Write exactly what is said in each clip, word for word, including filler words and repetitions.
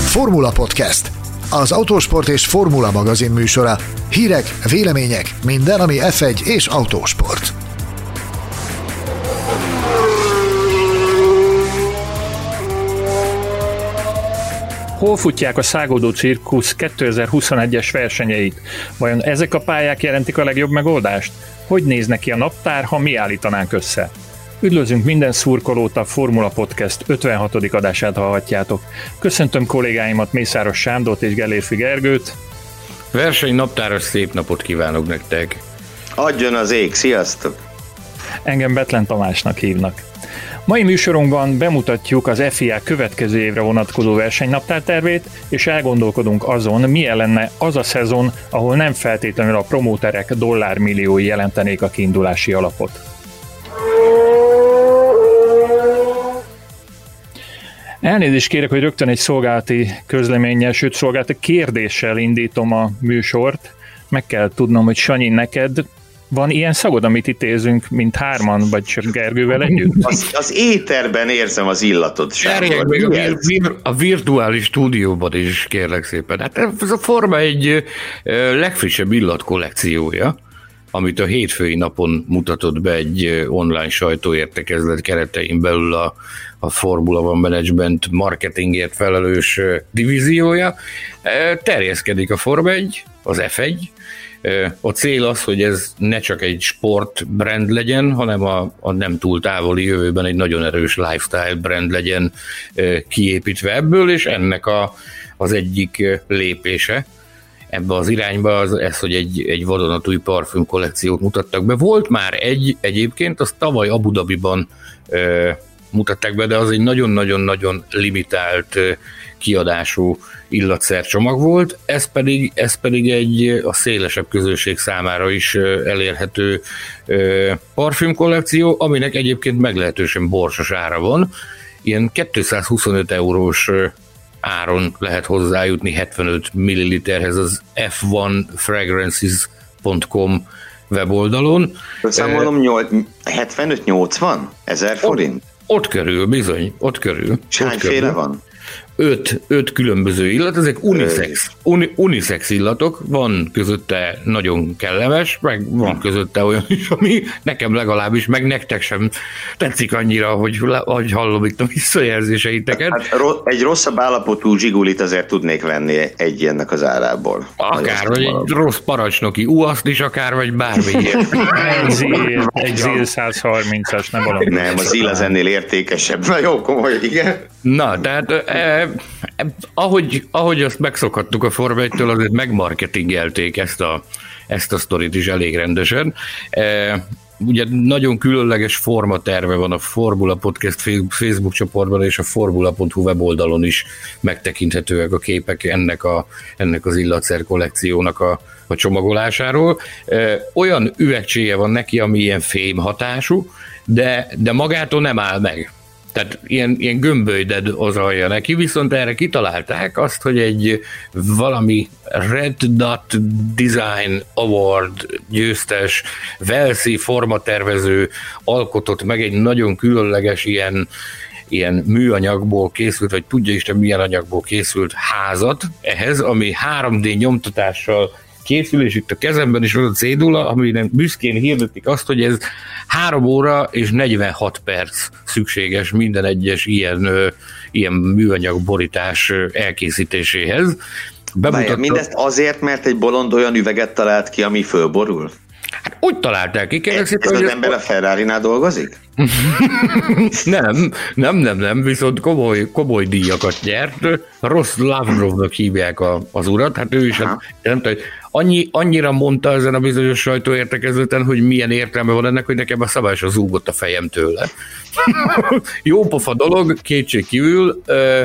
Formula Podcast, az autósport és formula magazin műsora. Hírek, vélemények, minden, ami ef egy és autósport. Hol futják a Szágodó Cirkusz kétezer-huszonegyes versenyeit? Vajon ezek a pályák jelentik a legjobb megoldást? Hogy néz neki a naptár, ha mi állítanánk össze? Üdvözlünk minden szurkolót, a Formula Podcast ötvenhatodik adását hallhatjátok. Köszöntöm kollégáimat, Mészáros Sándort és Gellérfi Gergőt. Verseny naptáros szép napot kívánok nektek! Adjon az ég, sziasztok! Engem Betlen Tamásnak hívnak. Mai műsorunkban bemutatjuk az ef i á következő évre vonatkozó versenynaptártervét, és elgondolkodunk azon, milyen lenne az a szezon, ahol nem feltétlenül a promóterek dollármilliói jelentenék a kiindulási alapot. Elnézést kérek, hogy rögtön egy szolgálati közleménnyel, sőt szolgálati kérdéssel indítom a műsort. Meg kell tudnom, hogy Sanyi, neked van ilyen szagod, amit itt mint hárman, vagy csak Gergővel együtt? Az, az éterben érzem az illatot. Erjek még a, vir, vir, a virtuális stúdióban is, kérlek szépen. Hát ez a Forma egy legfrissebb illatkollekciója, amit a hétfői napon mutatott be egy online sajtóértekezlet keretein belül a, a Formula One Management marketingért felelős divíziója. Terjeszkedik a Forma egy, az ef egy. A cél az, hogy ez ne csak egy sportbrand legyen, hanem a, a nem túl távoli jövőben egy nagyon erős lifestyle brand legyen kiépítve ebből, és ennek a, az egyik lépése ebbe az irányba az ez, hogy egy, egy vadonatúj parfüm kollekciót mutattak be. Volt már egy egyébként, azt tavaly Abu Dhabiban ö, mutatták be, de az egy nagyon-nagyon-nagyon limitált ö, kiadású illatszercsomag volt, ez pedig, ez pedig egy a szélesebb közönség számára is ö, elérhető ö, parfüm kollekció, aminek egyébként meglehetősen borsos ára van. Ilyen kétszázhuszonöt eurós ö, áron lehet hozzájutni hetvenöt milliliterhez az ef one fragrances pont com weboldalon. Számolom, hetvenöt-nyolcvan ezer forint? Ott, ott körül, bizony, ott körül. És hányféle van? Öt, öt különböző illat, ezek unisex, uni, unisex illatok, van közötte nagyon kellemes, meg van közötte olyan is, ami nekem legalábbis, meg nektek sem tetszik annyira, hogy, hogy hallom itt a visszajelzéseiteket. Hát egy rosszabb állapotú zsigulit azért tudnék venni egy ilyennek az árából. Akár, vagy egy rossz parancsnoki uaszt is, akár, vagy bármi ilyen. Egy zé százharmincas, nem valami. Nem, az ill az ennél értékesebb. Na jó, komoly, igen. Na, tehát eh, eh, ahogy, ahogy azt megszokhattuk a Forma egytől, azért megmarketingelték ezt a, ezt a sztorit is elég rendesen. Eh, ugye nagyon különleges formaterve van a Formula Podcast Facebook csoportban, és a formula pont hu weboldalon is megtekinthetőek a képek ennek, a, ennek az illatszer kollekciónak a, a csomagolásáról. Eh, olyan üvegcséje van neki, ami ilyen fém hatású, de, de magától nem áll meg. Tehát ilyen, ilyen gömbölyded az alja neki, viszont erre kitalálták azt, hogy egy valami Red Dot Design Award győztes walesi formatervező alkotott meg egy nagyon különleges ilyen, ilyen műanyagból készült, vagy tudja Isten milyen anyagból készült házat ehhez, ami három dé nyomtatással készül, és itt a kezemben is van a cédula, aminek büszkén hirdetik azt, hogy ez három óra és negyvenhat perc szükséges minden egyes ilyen, ö, ilyen műanyag borítás elkészítéséhez. Bemutatta... Mindezt azért, mert egy bolond olyan üveget talált ki, ami fölborul? Hát úgy találták ki. Ez, ez az ember a Ferrarinál dolgozik? nem, nem, nem, nem, viszont komoly, komoly díjakat nyert. Ross Lavrovnak hívják a, az urat, hát ő is, hát, nem tudom, annyi, annyira mondta ezen a bizonyos sajtóértekezleten, hogy milyen értelme van ennek, hogy nekem a szabályosan zúgott a fejem tőle. Jó pofa dolog, kétség kívül.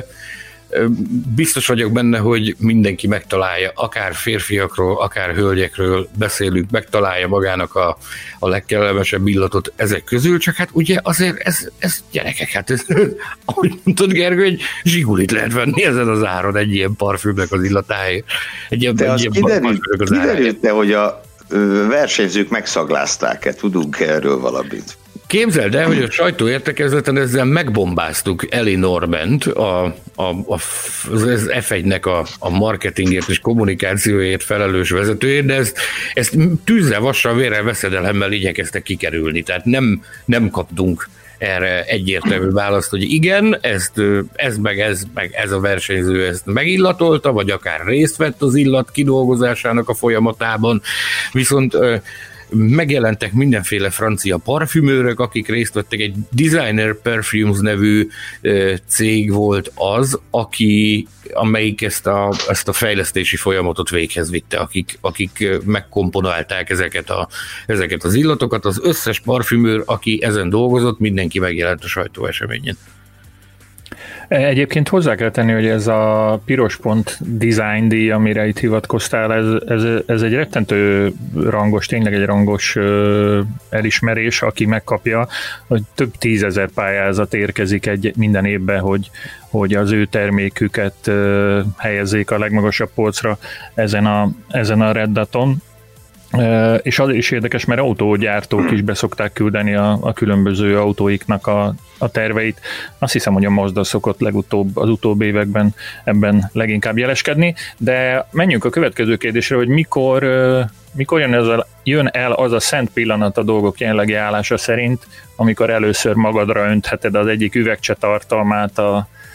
Biztos vagyok benne, hogy mindenki megtalálja, akár férfiakról, akár hölgyekről beszélünk, megtalálja magának a, a legkellemesebb illatot ezek közül, csak hát ugye azért ez, ez gyerekek, hát ez, ahogy mondtad Gergő, egy zsigulit lehet venni ezen az áron egy ilyen parfümnek az illatáért. Egy ilyen, de egy az kiderült, kiderült-e, hogy a versenyzők megszaglázták-e? Tudunk erről valamit? Képzeld el, hogy a sajtóértekezleten ezzel megbombáztuk Eli Norment, a, a, a, az ef egynek a, a marketingért és kommunikációért felelős vezetőjét, de ezt, ezt tűzzel, vassal, vérrel, veszedelemmel igyekeztek kikerülni, tehát nem, nem kaptunk erre egyértelmű választ, hogy igen, ezt, ez meg ez, meg ez a versenyző ezt megillatolta, vagy akár részt vett az illat kidolgozásának a folyamatában, viszont megjelentek mindenféle francia parfümőrök, akik részt vettek, egy Designer Perfumes nevű cég volt az, aki, amelyik ezt a, ezt a fejlesztési folyamatot véghez vitte, akik, akik megkomponálták ezeket, a, ezeket az illatokat. Az összes parfümőr, aki ezen dolgozott, mindenki megjelent a sajtóeseményen. Egyébként hozzá kell tenni, hogy ez a piros pont design díj, amire itt hivatkoztál, ez, ez, ez egy rettentő rangos, tényleg egy rangos uh, elismerés, aki megkapja, hogy több tízezer pályázat érkezik egy minden évben, hogy, hogy az ő terméküket uh, helyezzék a legmagasabb polcra ezen a, ezen a Red Dot-on. Uh, és az is érdekes, mert autógyártók is beszokták küldeni a, a különböző autóiknak a, a terveit. Azt hiszem, hogy a Mazda szokott legutóbb az utóbbi években ebben leginkább jeleskedni, de menjünk a következő kérdésre, hogy mikor, uh, mikor jön, ez a, jön el az a szent pillanat a dolgok jelenlegi állása szerint, amikor először magadra öntheted az egyik üvegcse tartalmát a,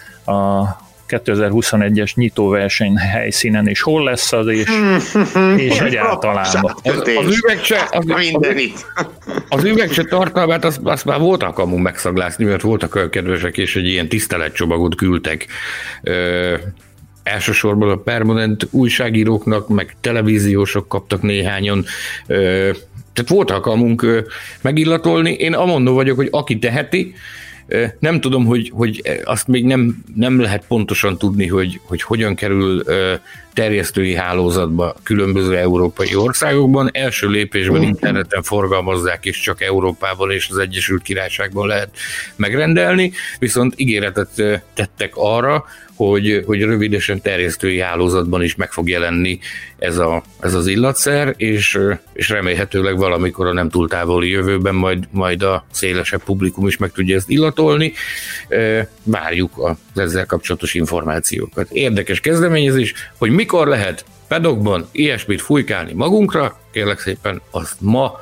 a kétezer-huszonegyes nyitóverseny helyszínen, és hol lesz az, és, és egyáltalán. Az, az üvegcse, az, az, az üvegcse tartalmát, azt, azt már volt alkalmunk megszaglászni, mert voltak olyan kedvesek, és egy ilyen tiszteletcsomagot küldtek. Ö, elsősorban a permanent újságíróknak, meg televíziósok kaptak néhányan. Ö, tehát volt alkalmunk ö, megillatolni. Én amondó vagyok, hogy aki teheti, nem tudom, hogy, hogy azt még nem, nem lehet pontosan tudni, hogy, hogy hogyan kerül terjesztői hálózatba különböző európai országokban. Első lépésben interneten forgalmazzák, és csak Európában és az Egyesült Királyságban lehet megrendelni, viszont ígéretet tettek arra, hogy, hogy rövidesen terjesztői hálózatban is meg fog jelenni ez, a, ez az illatszer, és, és remélhetőleg valamikor a nem túl távoli jövőben majd, majd a szélesebb publikum is meg tudja ezt illatolni. Várjuk az ezzel kapcsolatos információkat. Érdekes kezdeményezés, hogy mikor lehet pedokban ilyesmit fújkálni magunkra, kérlek szépen, azt ma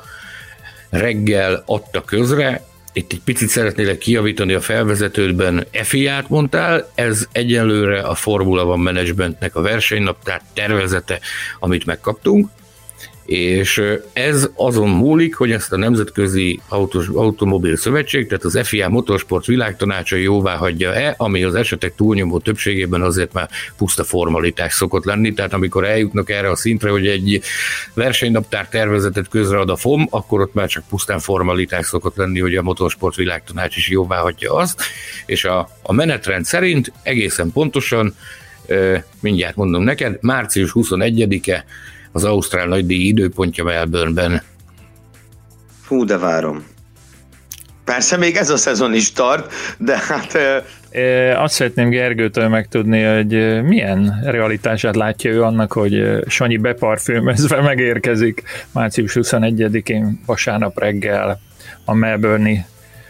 reggel adta közre. Itt egy picit szeretnélek kijavítani a felvezetődben, ef i á-t mondtál, ez egyenlőre a Formula One Managementnek a versenynaptár tervezete, amit megkaptunk, és ez azon múlik, hogy ezt a Nemzetközi Autós, Automobil Szövetség, tehát az ef i á Motorsport Világtanácsa jóvá hagyja-e, ami az esetek túlnyomó többségében azért már puszta formalitás szokott lenni, tehát amikor eljutnak erre a szintre, hogy egy versenynaptár tervezetet közread a fom, akkor ott már csak pusztán formalitás szokott lenni, hogy a Motorsport Világtanács is jóvá hagyja azt, és a, a menetrend szerint egészen pontosan, mindjárt mondom neked, március huszonegyedike az ausztrál nagydíj időpontja Melbourneben. Hú, de várom. Persze még ez a szezon is tart, de hát... É, azt szeretném Gergőtől megtudni, hogy milyen realitását látja ő annak, hogy Sanyi beparfümözve megérkezik március huszonegyedikén vasárnap reggel a Melbourne-i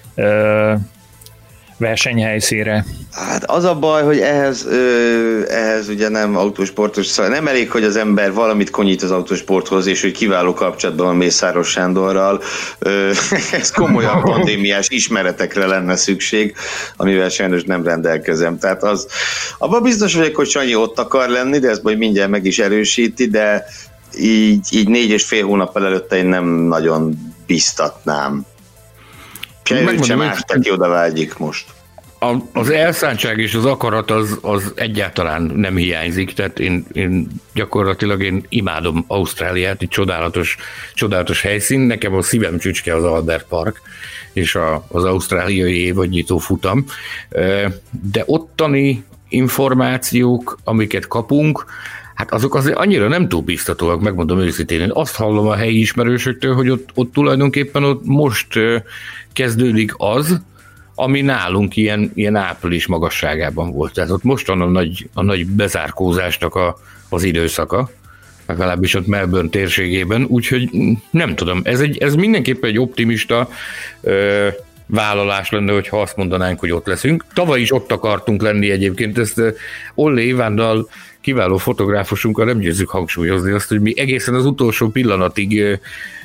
versenyhelyszínre. Hát az a baj, hogy ehhez, ö, ehhez ugye nem autósportos, szóval nem elég, hogy az ember valamit konyít az autósporthoz, és hogy kiváló kapcsolatban van Mészáros Sándorral. Ö, ez komolyabb pandémiás ismeretekre lenne szükség, amivel sajnos nem rendelkezem. Tehát az, abban biztos vagyok, hogy Sanyi ott akar lenni, de ezt majd mindjárt meg is erősíti, de így, így négy és fél hónappal előtte én nem nagyon biztatnám. Se őt sem ástak ki, oda vágyik most. A, az elszántság és az akarat az, az egyáltalán nem hiányzik, tehát én, én gyakorlatilag én imádom Ausztráliát, egy csodálatos, csodálatos helyszín, nekem a szívem csücske az Albert Park, és a, az ausztráliai évadnyitó futam, de ottani információk, amiket kapunk, hát azok azért annyira nem túl biztatóak, megmondom őszintén. Én azt hallom a helyi ismerősöktől, hogy ott, ott tulajdonképpen ott most kezdődik az, ami nálunk ilyen, ilyen április magasságában volt. Tehát ott most van a nagy, a nagy bezárkózásnak a, az időszaka, legalábbis ott Melbourne térségében, úgyhogy nem tudom, ez, egy, ez mindenképpen egy optimista ö, vállalás lenne, hogyha azt mondanánk, hogy ott leszünk. Tavaly is ott akartunk lenni egyébként, ezt Olli Ivánnal, kiváló fotográfusunkkal nem győzzük hangsúlyozni azt, hogy mi egészen az utolsó pillanatig ö,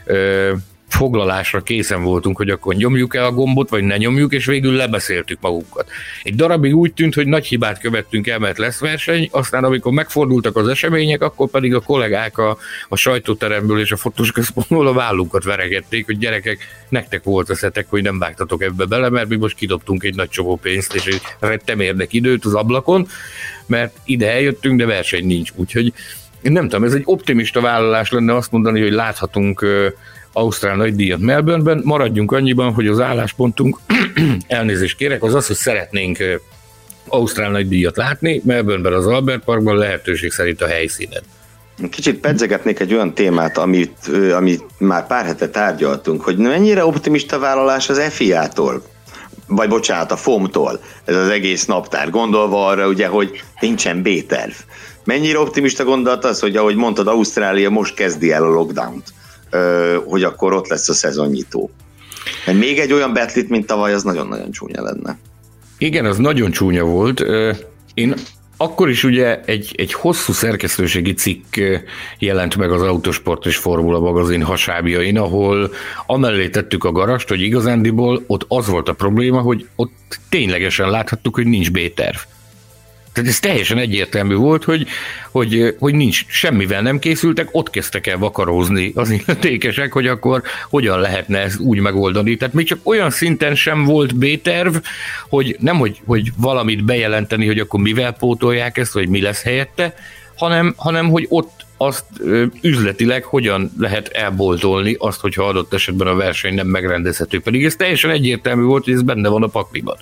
ö, foglalásra készen voltunk, hogy akkor nyomjuk el a gombot, vagy ne nyomjuk, és végül lebeszéltük magunkat. Egy darabig úgy tűnt, hogy nagy hibát követtünk el, mert lesz verseny, aztán amikor megfordultak az események, akkor pedig a kollégák a, a sajtóteremből és a fotós központból a vállunkat veregették, hogy gyerekek, nektek volt eszetek, hogy nem vágtatok ebbe bele, mert mi most kidobtunk egy nagy csomó pénzt, és egy rettemérnek időt az ablakon, mert ide eljöttünk, de verseny nincs. Úgyhogy nem tudom, ez egy optimista vállalás lenne azt mondani, hogy láthatunk ausztrál nagydíjat Melbourneben, maradjunk annyiban, hogy az álláspontunk, elnézést kérek, az az, hogy szeretnénk ausztrál nagydíjat látni, Melbourneben az Albert Parkban, lehetőség szerint a helyszínen. Kicsit pedzegetnék egy olyan témát, amit, amit már pár hete tárgyaltunk, hogy mennyire optimista vállalás az ef i á-tól, vagy bocsánat, a ef o em-tól, ez az egész naptár, gondolva arra ugye, hogy nincsen B-terv. Mennyire optimista gondolat az, hogy ahogy mondtad, Ausztrália most kezdi el a lockdownt, hogy akkor ott lesz a szezonnyitó. Mert még egy olyan betlit, mint tavaly, az nagyon-nagyon csúnya lenne. Igen, az nagyon csúnya volt. Én akkor is ugye egy, egy hosszú szerkesztőségi cikk jelent meg az Autosport és Formula magazin hasábjain, ahol amellé tettük a garast, hogy igazándiból ott az volt a probléma, hogy ott ténylegesen láthattuk, hogy nincs B-terv. Tehát ez teljesen egyértelmű volt, hogy, hogy, hogy nincs, semmivel nem készültek, ott kezdtek el vakarózni az illetékesek, hogy akkor hogyan lehetne ezt úgy megoldani. Tehát még csak olyan szinten sem volt B-terv, hogy nem, hogy, hogy valamit bejelenteni, hogy akkor mivel pótolják ezt, vagy mi lesz helyette, hanem, hanem hogy ott azt ö, üzletileg hogyan lehet elboltolni azt, hogyha adott esetben a verseny nem megrendezhető. Pedig ez teljesen egyértelmű volt, hogy ez benne van a pakliban.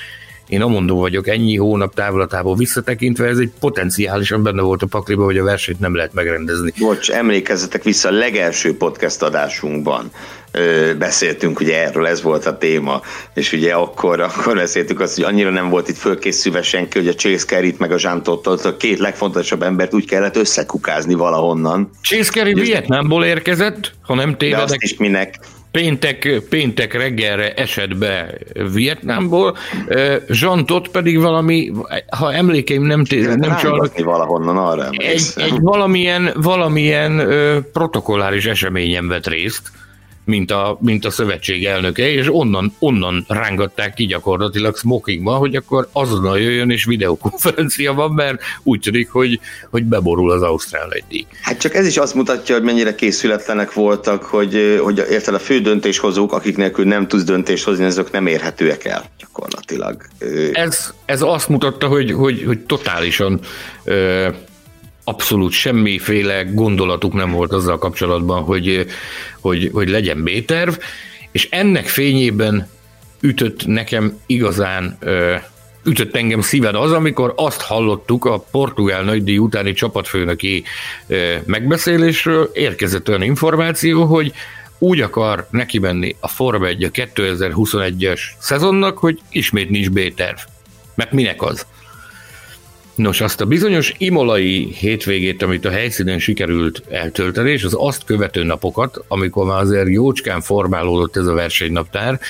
Én amondó vagyok, ennyi hónap távlatából visszatekintve, ez egy potenciálisan benne volt a pakliba, hogy a versenyt nem lehet megrendezni. Bocs, emlékezzetek vissza, a legelső podcast adásunkban ö, beszéltünk ugye erről, ez volt a téma, és ugye akkor, akkor beszéltük azt, hogy annyira nem volt itt fölkészülve senki, hogy a Chase Carey-t meg a Jean Tottot, a két legfontosabb embert úgy kellett összekukázni valahonnan. Chase Carey Vietnámból érkezett, ha nem tévedek. De azt is minek? Péntek, péntek reggelre esett be Vietnámból, Jean Todt pedig valami, ha emlékeim nem, téz, nem csalnak, valahonnan arra egy, egy valamilyen, valamilyen ö, protokolláris eseményen vett részt, mint a, mint a szövetség elnöke, és onnan, onnan rángatták ki gyakorlatilag smokingban, hogy akkor azonnal jöjjön, és videokonferencia van, mert úgy tűnik, hogy, hogy beborul az ausztrál nagydíj. Hát csak ez is azt mutatja, hogy mennyire készületlenek voltak, hogy, hogy érted, a fő döntéshozók, akik nélkül nem tudsz döntést hozni, azok nem érhetőek el gyakorlatilag. Ez, ez azt mutatta, hogy, hogy, hogy totálisan ö, abszolút semmiféle gondolatuk nem volt azzal kapcsolatban, hogy, hogy, hogy legyen B-terv, és ennek fényében ütött nekem igazán, ütött engem szíven az, amikor azt hallottuk a portugál nagydíj utáni csapatfőnöki megbeszélésről, érkezett olyan információ, hogy úgy akar neki menni a Forma egy a kétezer-huszonegyes szezonnak, hogy ismét nincs B-terv. Mert minek az? Nos, azt a bizonyos imolai hétvégét, amit a helyszínen sikerült eltölteni, és az azt követő napokat, amikor már azért jócskán formálódott ez a versenynaptár,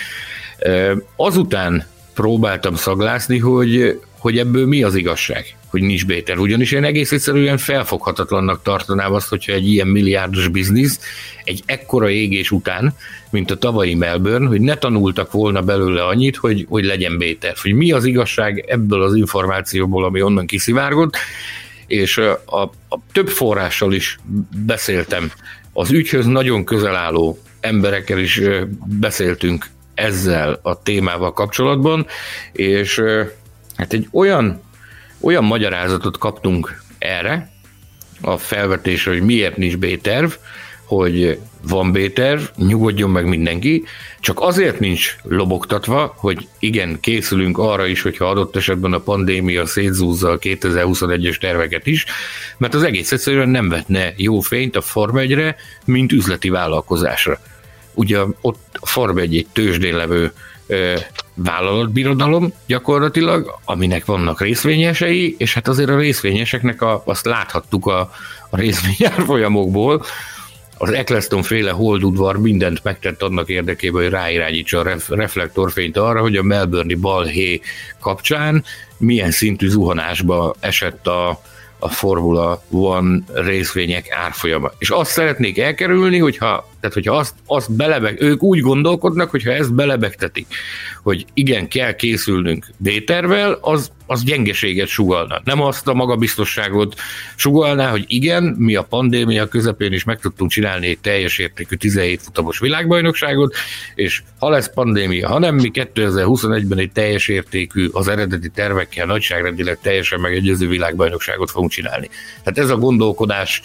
azután próbáltam szaglászni, hogy, hogy ebből mi az igazság, hogy nincs B-terv. Ugyanis én egész egyszerűen felfoghatatlannak tartanám azt, hogyha egy ilyen milliárdos biznisz egy ekkora égés után, mint a tavalyi Melbourne, hogy ne tanultak volna belőle annyit, hogy, hogy legyen B-terv. Hogy mi az igazság ebből az információból, ami onnan kiszivárgott, és a, a, a több forrással is beszéltem. Az ügyhöz nagyon közel álló emberekkel is beszéltünk ezzel a témával kapcsolatban, és hát egy olyan, olyan magyarázatot kaptunk erre, a felvetésre, hogy miért nincs B-terv, hogy van B-terv, nyugodjon meg mindenki, csak azért nincs lobogtatva, hogy igen, készülünk arra is, hogyha adott esetben a pandémia szétzúzza a kétezer-huszonegyes terveket is, mert az egész egyszerűen nem vetne jó fényt a Forma egyre, mint üzleti vállalkozásra. Ugye ott a Forma egy egy tőzsdén levő vállalatbirodalom gyakorlatilag, aminek vannak részvényesei, és hát azért a részvényeseknek a, azt láthattuk a, a részvényárfolyamokból, az Eccleston féle holdudvar mindent megtett annak érdekében, hogy ráirányítsa a ref, reflektorfényt arra, hogy a melbourne-i balhé kapcsán milyen szintű zuhanásba esett a, a Formula One részvények árfolyama. És azt szeretnék elkerülni, hogyha, tehát hogyha azt, azt belebeg, ők úgy gondolkodnak, hogyha ezt belebegtetik, hogy igen, kell készülnünk B-tervvel, az, az gyengeséget sugallna. Nem azt a magabiztosságot sugallná, hogy igen, mi a pandémia közepén is meg tudtunk csinálni egy teljes értékű tizenhét futamos világbajnokságot, és ha lesz pandémia, ha nem, mi kétezer-huszonegyben egy teljes értékű, az eredeti tervekkel nagyságrendileg teljesen megegyező világbajnokságot fogunk csinálni. Tehát ez a gondolkodás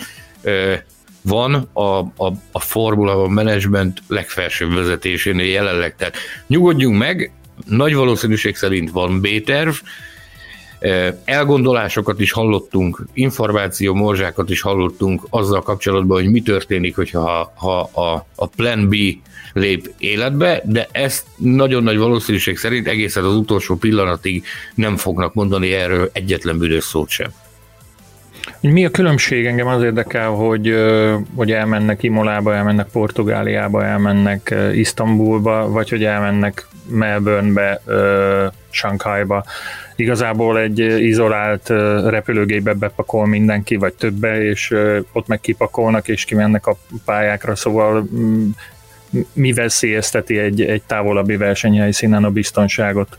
van a, a, a Formula Management legfelsőbb vezetésénél jelenleg. Tehát nyugodjunk meg, nagy valószínűség szerint van B-terv, elgondolásokat is hallottunk, információ morzsákat is hallottunk azzal kapcsolatban, hogy mi történik, hogyha ha a, a Plan B lép életbe, de ezt nagyon nagy valószínűség szerint egészen az utolsó pillanatig nem fognak mondani erről egyetlen büdös szót sem. Mi a különbség? Engem az érdekel, hogy, hogy elmennek Imolába, elmennek Portugáliába, elmennek Isztambulba, vagy hogy elmennek Melbournebe, Shanghaiba. Igazából egy izolált repülőgépbe bepakol mindenki, vagy többe, és ott meg kipakolnak, és kimennek a pályákra, szóval mi veszélyezteti egy, egy távolabbi versenyhelyszínen a biztonságot?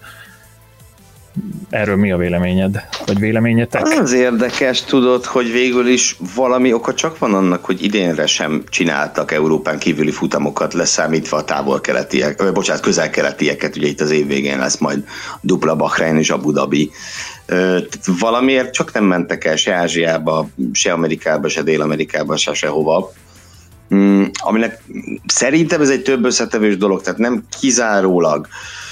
Erről mi a véleményed? Vagy véleményetek? Az érdekes, tudod, hogy végül is valami oka csak van annak, hogy idénre sem csináltak Európán kívüli futamokat, leszámítva a távol-keletiek, vagy bocsánat, közel-keletieket, ugye itt az év végén lesz majd dupla Bahrein és Abu Dhabi. Valamiért csak nem mentek el se Ázsiába, se Amerikába, se Dél-Amerikába, se sehova. Aminek szerintem ez egy több összetevős dolog, tehát nem kizárólag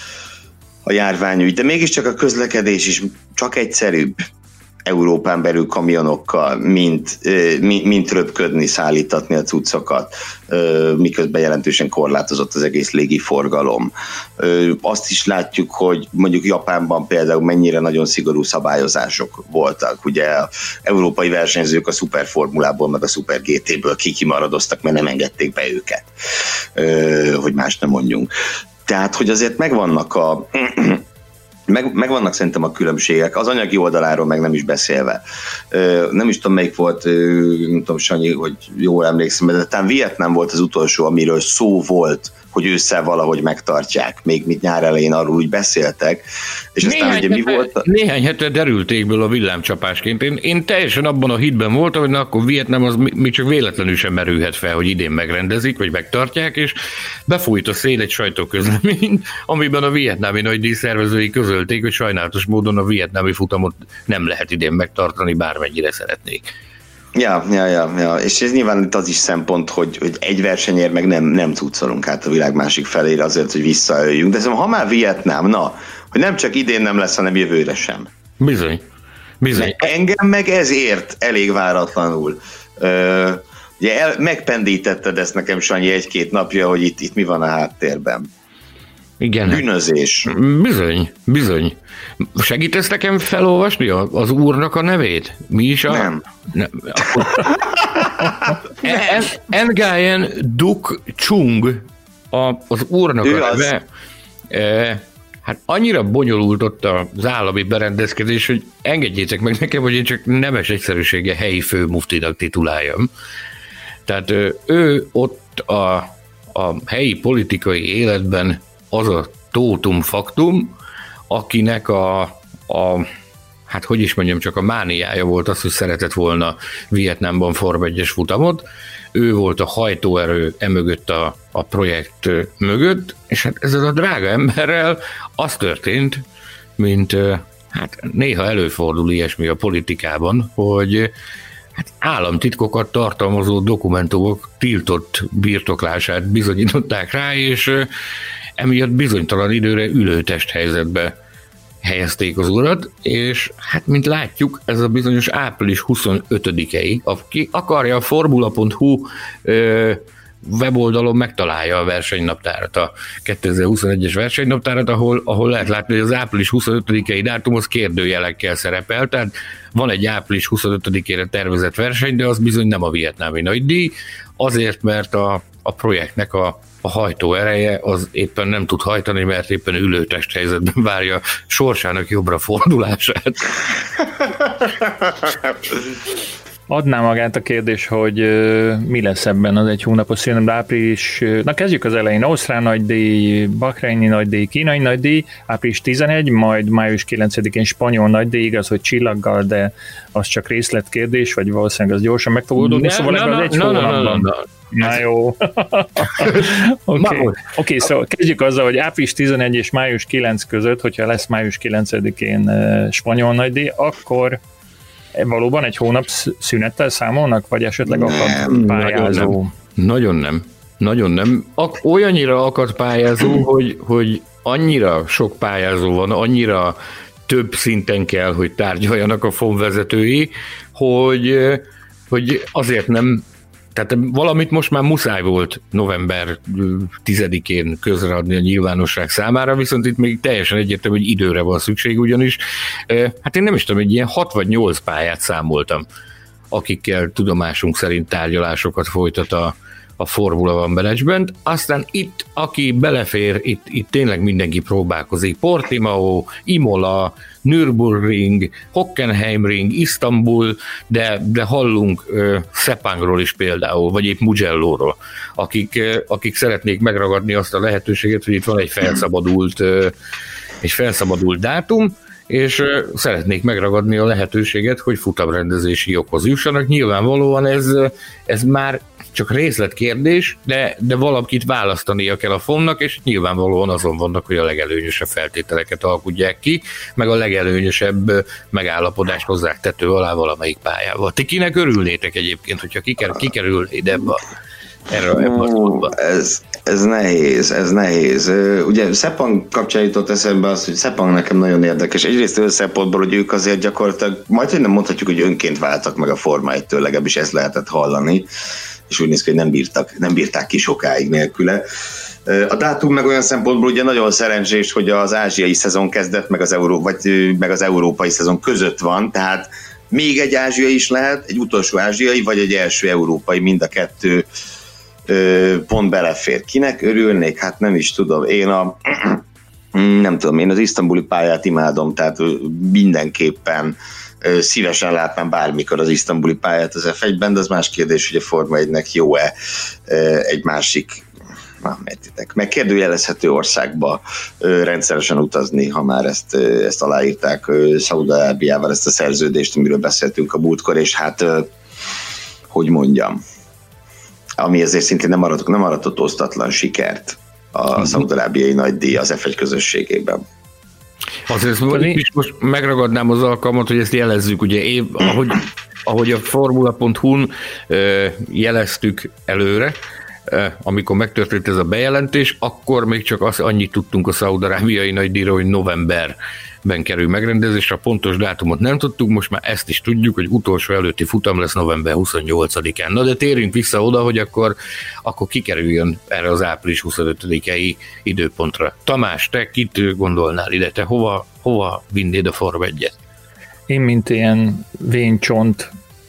a járványügy, de mégiscsak a közlekedés is csak egyszerűbb Európán belül kamionokkal, mint, mint röpködni, szállítatni a cuccokat, miközben jelentősen korlátozott az egész légiforgalom. Azt is látjuk, hogy mondjuk Japánban például mennyire nagyon szigorú szabályozások voltak. Ugye az európai versenyzők a szuperformulából, meg a szuper gé té-ből kikimaradoztak, mert nem engedték be őket, hogy más nem mondjunk. Tehát, hogy azért megvannak a meg, megvannak szerintem a különbségek, az anyagi oldaláról meg nem is beszélve. Nem is tudom, melyik volt, nem tudom, Sanyi, hogy jól emlékszem, de talán Vietnám volt az utolsó, amiről szó volt, hogy ősszel valahogy megtartják, még mit nyár elején arról úgy beszéltek, és aztán néhány ugye mi hete, volt? Néhány hete derültékből a villámcsapásként. Én, én teljesen abban a hitben voltam, hogy na, akkor Vietnám az még csak véletlenül sem merülhet fel, hogy idén megrendezik, vagy megtartják, és befújt a szél egy sajtóközleményt, amiben a vietnámi nagydíj szervezői közölték, hogy sajnálatos módon a vietnámi futamot nem lehet idén megtartani, bármennyire szeretnék. Ja, ja, ja, ja, és ez nyilván itt az is szempont, hogy, hogy egy versenyért meg nem, nem cuccolunk át a világ másik felére azért, hogy visszajöjjünk. De szóval, ha már Vietnám, na, hogy nem csak idén nem lesz, hanem jövőre sem. Bizony. Bizony. Engem meg ezért elég váratlanul. Ö, ugye el, megpendítetted ezt nekem, Sanyi, egy-két napja, hogy itt, itt mi van a háttérben. Igen. Bűnözés. Bizony, bizony. Segítesz nekem felolvasni az úrnak a nevét? Mi is a... Nem. Nem. Nguyen Duc Chung a, az úrnak ő a neve. E, hát annyira bonyolult ott az állami berendezkedés, hogy engedjétek meg nekem, hogy én csak nemes egyszerűsége helyi főmuftinak tituláljam. Tehát ő ott a, a helyi politikai életben az a tótum faktum, akinek a, a, hát hogy is mondjam, csak a mániája volt az, hogy szeretett volna Vietnámban Form egyes futamot. Ő volt a hajtóerő emögött a, a projekt mögött, és hát ezzel a drága emberrel az történt, mint hát néha előfordul ilyesmi a politikában, hogy hát államtitkokat tartalmazó dokumentumok tiltott birtoklását bizonyították rá, és emiatt bizonytalan időre ülőtest helyzetbe helyezték az urat, és hát mint látjuk, ez a bizonyos április huszonötödikei, aki akarja a formula pont hu ö, weboldalon megtalálja a versenynaptárat, a kétezer-huszonegyes versenynaptárat, ahol, ahol lehet látni, hogy az április huszonötödikei dátum az kérdőjelekkel szerepel, tehát van egy április huszonötödikére tervezett verseny, de az bizony nem a vietnámi nagydíj, azért, mert a, a projektnek a, a hajtó ereje az éppen nem tud hajtani, mert éppen ülőtest helyzetben várja sorsának jobbra fordulását. Adná magát a kérdés, hogy uh, mi lesz ebben az egy hónapos szünet, április, uh, na kezdjük az elején, Ausztrál nagydíj, Bahreini nagydíj, Kínai nagydíj, április tizenegy, majd május kilencedikén spanyol nagydíj, igaz, hogy csillaggal, de az csak részletkérdés, vagy valószínűleg az gyorsan meg fog oldódni, szóval ebben az egy no, hónapban. No, no, no. Na jó. Oké, okay. okay, szóval kezdjük azzal, hogy április tizenegy és május kilenc között, hogyha lesz május kilencedikén uh, spanyol nagydíj, akkor valóban egy hónap szünettel számolnak, vagy esetleg akad pályázó? Nagyon nem. Nagyon nem. Ak- olyannyira akad pályázó, hogy, hogy annyira sok pályázó van, annyira több szinten kell, hogy tárgyaljanak a ef o em vezetői, hogy, hogy azért nem, tehát valamit most már muszáj volt november tizedikén közreadni a nyilvánosság számára, viszont itt még teljesen egyértelmű, hogy időre van szükség, ugyanis hát én nem is tudom, egy ilyen hat vagy nyolc pályát számoltam, akikkel tudomásunk szerint tárgyalásokat folytat a, a Formula One Management, aztán itt, aki belefér, itt, itt tényleg mindenki próbálkozik. Portimao, Imola, Nürburgring, Hockenheimring, Isztambul, de, de hallunk uh, Sepangról is például, vagy épp Mugello-ról, akik, uh, akik szeretnék megragadni azt a lehetőséget, hogy itt van egy felszabadult, uh, egy felszabadult dátum, és uh, szeretnék megragadni a lehetőséget, hogy futamrendezési joghoz jussanak. Nyilvánvalóan ez, ez már csak részletkérdés, de, de valakit választania kell a ef o em-nak, és nyilvánvalóan azon vannak, hogy a legelőnyösebb feltételeket alkudják ki, meg a legelőnyösebb megállapodást hozzák tető alá valamelyik pályával. Ti kinek örülnétek egyébként, hogyha kiker, kikerülnéd ebbe a Erre, Ó, ez, ez nehéz, ez nehéz. Ugye Sepang kapcsán jutott eszembe az, hogy Sepang nekem nagyon érdekes. Egyrészt olyan szempontból, hogy ők azért gyakorlatilag, majd hogy nem mondhatjuk, hogy önként váltak meg a Forma egytől, legalábbis ezt lehetett hallani, és úgy néz ki, hogy nem, bírtak, nem bírták ki sokáig nélküle. A dátum meg olyan szempontból ugye nagyon szerencsés, hogy az ázsiai szezon kezdett, meg az, Euró, vagy, meg az európai szezon között van, tehát még egy ázsiai is lehet, egy utolsó ázsiai, vagy egy első európai, mind a kettő pont belefér. Kinek örülnék? Hát nem is tudom. Én a nem tudom, én az isztambuli pályát imádom, tehát mindenképpen szívesen látnám bármikor az isztambuli pályát az ef egyben, de az más kérdés, hogy a Forma egynek jó-e egy másik, na, megtitek, megkérdőjelezhető országba rendszeresen utazni, ha már ezt, ezt aláírták Szaúd-Arábiával, ezt a szerződést, amiről beszéltünk a múltkor, és hát, hogy mondjam, ami ezért szintén nem aratott, nem aratott osztatlan sikert a mm-hmm. szaúd-arábiai nagydíj az ef egy közösségében. Azért itt is most megragadnám az alkalmat, hogy ezt jelezzük, ugye év, ahogy, ahogy a formula pont hu-n jeleztük előre, amikor megtörtént ez a bejelentés, akkor még csak az, annyit tudtunk a szaúd-arábiai nagydíjra, hogy novemberben kerül megrendezésre, a pontos dátumot nem tudtuk, most már ezt is tudjuk, hogy utolsó előtti futam lesz november huszonnyolcadikán. Na de térjünk vissza oda, hogy akkor, akkor kikerüljön erre az április huszonötödikei időpontra. Tamás, te kit gondolnál ide? Te hova, hova vinnéd a Forma egyet? Én, mint ilyen véncsont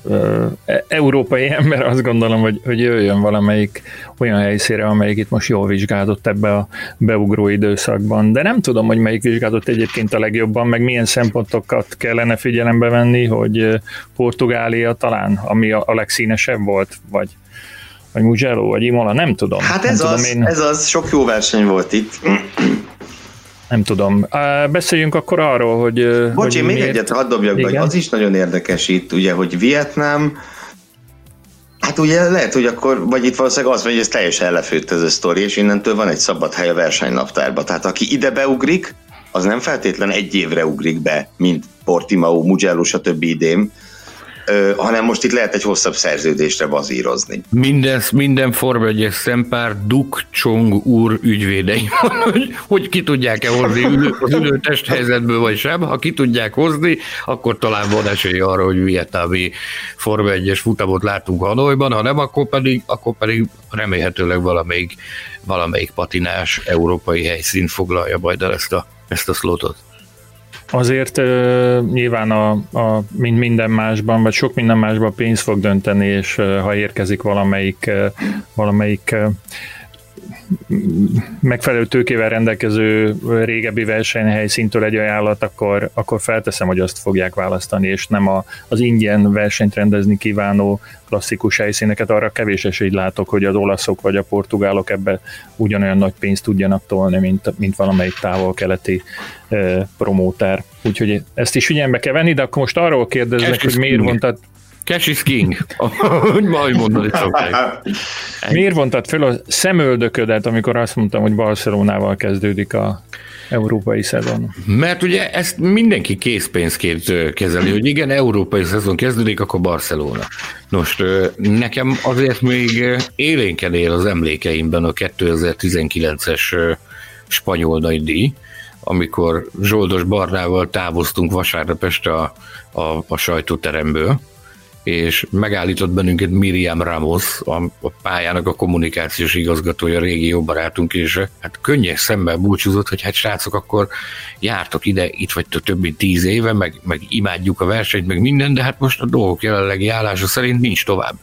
európai ember, azt gondolom, hogy, hogy jöjjön valamelyik olyan helyszínre, amelyik itt most jól vizsgálódott ebbe a beugró időszakban. De nem tudom, hogy melyik vizsgálódott egyébként a legjobban, meg milyen szempontokat kellene figyelembe venni, hogy Portugália talán, ami a, a legszínesebb volt, vagy, vagy Mugello, vagy Imola, nem tudom. Hát ez, nem az, tudom, én... ez az, sok jó verseny volt itt. Nem tudom. Beszéljünk akkor arról, hogy... Bocs, én még miért... egyet hadd dobjak be, az is nagyon érdekes itt, ugye, hogy Vietnám, hát ugye lehet, hogy akkor, vagy itt valószínűleg az van, hogy ez teljesen elefőtt ez a sztori, és innentől van egy szabad hely a versenynaptárba. Tehát aki ide beugrik, az nem feltétlen egy évre ugrik be, mint Portimao, Mugello, stb. Idén, hanem most itt lehet egy hosszabb szerződésre bazírozni. Minden, minden Forma egyes szempár Duk Chong úr ügyvédei, hogy, hogy ki tudják-e hozni ülő, az ülő testhelyzetből vagy sem. Ha ki tudják hozni, akkor talán van esély arra, hogy vietnámi Forma egyes futamot látunk Hanoiban, ha nem, akkor pedig, akkor pedig remélhetőleg valamelyik, valamelyik patinás európai helyszín foglalja majd el ezt a, ezt a slotot. Azért uh, nyilván a, a, mint minden másban, vagy sok minden másban pénz fog dönteni, és uh, ha érkezik valamelyik, uh, valamelyik uh, megfelelő tőkével rendelkező régebbi versenyhelyszíntől egy ajánlat, akkor, akkor felteszem, hogy azt fogják választani, és nem a, az ingyen versenyt rendezni kívánó klasszikus helyszíneket. Arra kevés esélyt látok, hogy az olaszok vagy a portugálok ebbe ugyanolyan nagy pénzt tudjanak tolni, mint, mint valamelyik távol-keleti eh, promóter. Úgyhogy ezt is figyelembe kell venni, de akkor most arról kérdeznek, hogy miért vontad... Cash is king, hogy majd mondani szokták. Miért vontad fel a szemöldöködet, amikor azt mondtam, hogy Barcelonával kezdődik a európai szezon? Mert ugye ezt mindenki készpénzként kezeli, hogy igen, európai szezon kezdődik, akkor Barcelona. Most nekem azért még élénken él az emlékeimben a kétezer-tizenkilences spanyol nagydíj, amikor Zsoldos Barnával távoztunk vasárnap este a, a, a sajtóteremből, és megállított bennünket Miriam Ramos, a, a pályának a kommunikációs igazgatója, régi jó barátunk, és hát könnyes szemmel búcsúzott, hogy hát srácok, akkor jártok ide, itt vagytok több mint tíz éve, meg, meg imádjuk a versenyt, meg minden, de hát most a dolgok jelenlegi állása szerint nincs tovább.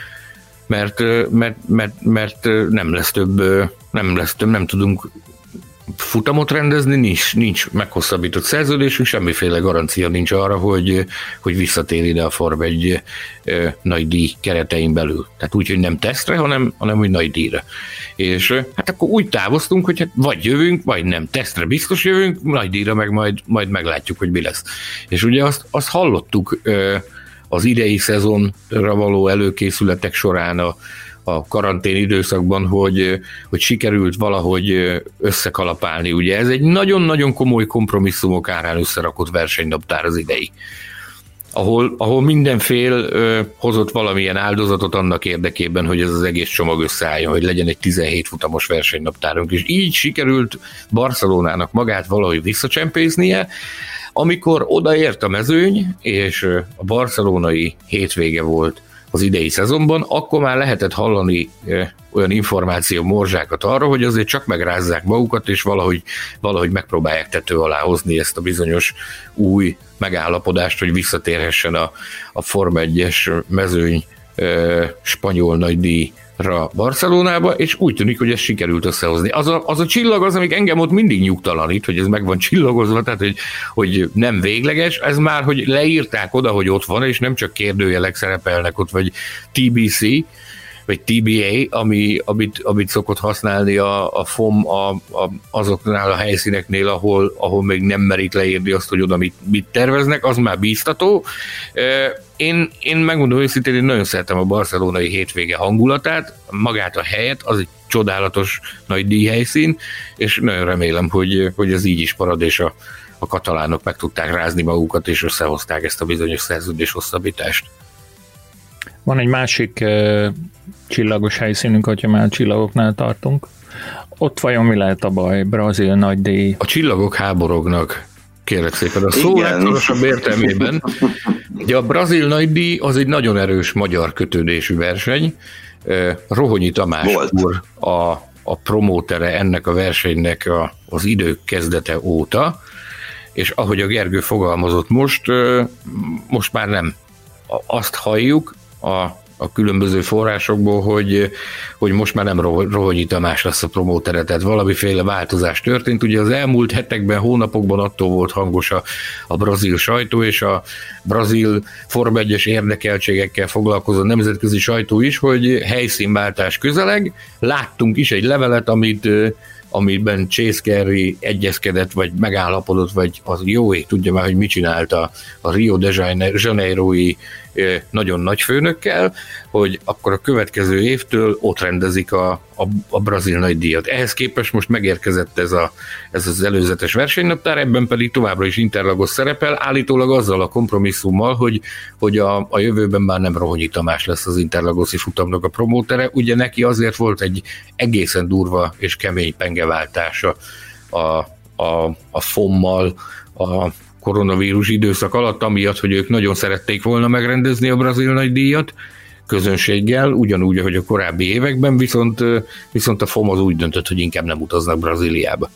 Mert, mert, mert, mert nem lesz több, nem lesz több, nem tudunk futamot rendezni, nincs, nincs meghosszabbított szerződésünk, semmiféle garancia nincs arra, hogy, hogy visszatér ide a Forma egy e, nagy díj keretein belül. Tehát úgy, hogy nem tesztre, hanem, hanem hogy nagy díjra. És hát akkor úgy távoztunk, hogy hát vagy jövünk, vagy nem. Tesztre biztos jövünk, nagy díjra meg majd, majd meglátjuk, hogy mi lesz. És ugye azt, azt hallottuk e, az idei szezonra való előkészületek során a a karantén időszakban, hogy, hogy sikerült valahogy összekalapálni. Ugye ez egy nagyon-nagyon komoly kompromisszumok árán összerakott versenynaptár az idei. Ahol, ahol mindenfél ö, hozott valamilyen áldozatot annak érdekében, hogy ez az egész csomag összeálljon, hogy legyen egy tizenhét futamos versenynaptárunk, és így sikerült Barcelonának magát valahogy visszacsempésznie, amikor odaért a mezőny, és a barcelonai hétvége volt az idei szezonban, akkor már lehetett hallani e, olyan információ morzsákat arra, hogy azért csak megrázzák magukat, és valahogy, valahogy megpróbálják tető alá hozni ezt a bizonyos új megállapodást, hogy visszatérhessen a, a Forma egyes mezőny e, spanyol nagydíjra Barcelonába, és úgy tűnik, hogy ezt sikerült összehozni. Az a, az a csillag az, amik engem ott mindig nyugtalanít, hogy ez meg van csillagozva, tehát hogy, hogy nem végleges, ez már, hogy leírták oda, hogy ott van, és nem csak kérdőjelek szerepelnek ott, vagy té bé cé, vagy té bé á, ami, amit, amit szokott használni a, a fom a, a, azoknál a helyszíneknél, ahol, ahol még nem merik leírni azt, hogy oda mit, mit terveznek, az már bíztató. Én, én megmondom őszintén, én nagyon szeretem a barcelonai hétvége hangulatát, magát a helyet, az egy csodálatos nagy díjhelyszín, és nagyon remélem, hogy, hogy ez így is marad, és a, a katalánok meg tudták rázni magukat, és összehozták ezt a bizonyos szerződés hosszabbítást. Van egy másik uh, csillagos helyszínünk, hogyha már csillagoknál tartunk. Ott vajon mi lehet a baj? Brazil nagydíj. A csillagok háborognak, kérlek szépen. A szó legszorosabb értelmében. Ugye a brazil nagydíj az egy nagyon erős magyar kötődésű verseny. Rohonyi Tamás úr a, a promótere ennek a versenynek a, az idők kezdete óta, és ahogy a Gergő fogalmazott most, most már nem azt halljuk a, a különböző forrásokból, hogy, hogy most már nem Rohonyi Tamás lesz a promótere, tehát valamiféle változás történt. Ugye az elmúlt hetekben, hónapokban attól volt hangos a, a brazil sajtó, és a brazil Forma egyes érdekeltségekkel foglalkozó nemzetközi sajtó is, hogy helyszínváltás közeleg. Láttunk is egy levelet, amit amiben Chase Carey egyezkedett, vagy megállapodott, vagy az jó ég tudja már, hogy mit csinált a, a Rio de Janeiro-i nagyon nagy főnökkel, hogy akkor a következő évtől ott rendezik a, a, a brazil nagydíjat. Ehhez képest most megérkezett ez, a, ez az előzetes versenynaptár, ebben pedig továbbra is Interlagos szerepel, állítólag azzal a kompromisszummal, hogy, hogy a, a jövőben már nem Rohonyi Tamás lesz az Interlagoszi futamnak a promótere, ugye neki azért volt egy egészen durva és kemény pengeváltása a, a, a fommal, a koronavírus időszak alatt, amiatt, hogy ők nagyon szerették volna megrendezni a brazil nagydíjat közönséggel, ugyanúgy, ahogy a korábbi években, viszont, viszont a fom az úgy döntött, hogy inkább nem utaznak Brazíliába.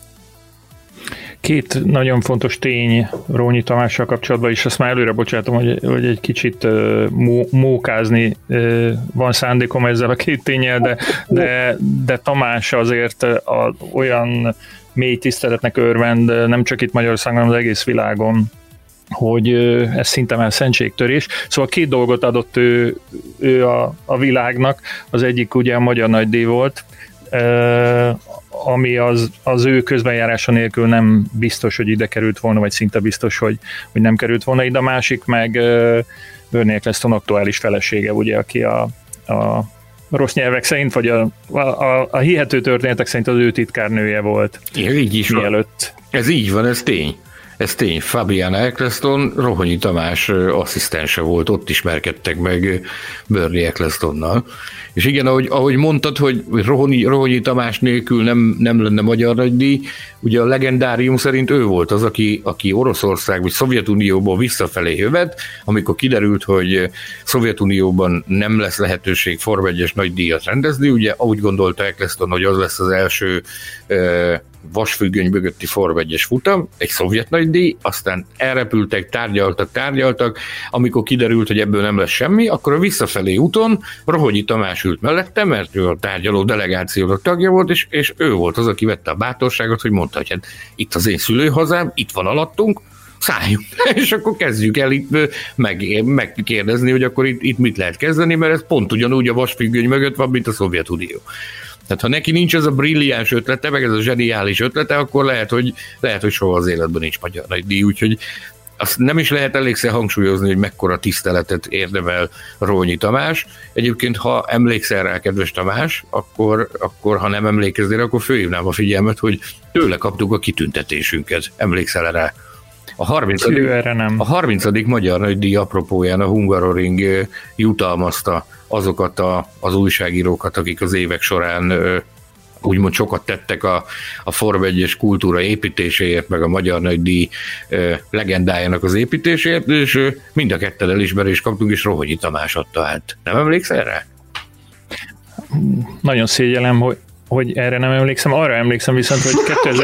Két nagyon fontos tény Rohonyi Tamással kapcsolatban is, azt már előre bocsátom, hogy, hogy egy kicsit uh, mó, mókázni uh, van szándékom ezzel a két tényel, de, de, de Tamás azért a, olyan mély tiszteletnek örvend, nem csak itt Magyarországon, hanem az egész világon, hogy ez szinte már szentségtörés. Szóval két dolgot adott ő, ő a, a világnak, az egyik ugye a Magyar Nagydíj volt, ami az, az ő közbenjárása nélkül nem biztos, hogy ide került volna, vagy szinte biztos, hogy, hogy nem került volna ide. A másik meg Bernie Ecclestone aktuális felesége, ugye, aki a, a rossz nyelvek szerint, vagy a, a, a hihető történetek szerint az ő titkárnője volt. Ja, így is mielőtt. Van. Ez így van, ez tény. Ez tény. Fabiana Ecclestone Rohonyi Tamás asszisztense volt, ott ismerkedtek meg Bernie Ecclestonnal. És igen, ahogy, ahogy mondtad, hogy Rohonyi, Rohonyi Tamás nélkül nem, nem lenne Magyar Nagydíj, ugye a legendárium szerint ő volt az, aki, aki Oroszország vagy Szovjetunióból visszafelé jövett, amikor kiderült, hogy Szovjetunióban nem lesz lehetőség Forma egyes nagydíjat rendezni, ugye úgy gondolta Ecclestone, hogy az lesz az első e, vasfüggöny mögötti Forma egyes futam, egy szovjet nagydíj, aztán elrepültek, tárgyaltak, tárgyaltak, amikor kiderült, hogy ebből nem lesz semmi, akkor a visszafelé úton Rohonyi Tamás ült mellette, mert ő a tárgyaló delegációnak tagja volt, és, és ő volt az, aki vette a bátorságot, hogy mondta, hogy hát itt az én szülőhazám, itt van alattunk, szálljunk, és akkor kezdjük el itt meg, megkérdezni, hogy akkor itt, itt mit lehet kezdeni, mert ez pont ugyanúgy a vasfüggöny mögött van, mint a Szovjetunió. Tehát ha neki nincs ez a brilliáns ötlete, meg ez a zseniális ötlete, akkor lehet, hogy, lehet, hogy soha az életben nincs Magyar Nagydíj, úgyhogy azt nem is lehet elégszer hangsúlyozni, hogy mekkora tiszteletet érdemel Rohonyi Tamás. Egyébként, ha emlékszel rá, kedves Tamás, akkor, akkor ha nem emlékeznél, akkor fölhívnám a figyelmet, hogy tőle kaptuk a kitüntetésünket. Emlékszel rá? A harmincadik a harmincadik Magyar Nagydíj apropóján a Hungaroring jutalmazta azokat a, az újságírókat, akik az évek során úgymond sokat tettek a, a Forma egyes kultúra építéséért, meg a Magyar Nagydíj legendájának az építéséért, és mind a ketten elismerést kaptunk, és Rohonyi Tamás adta át. Nem emlékszel rá? Nagyon szégyellem, hogy hogy erre nem emlékszem, arra emlékszem viszont, hogy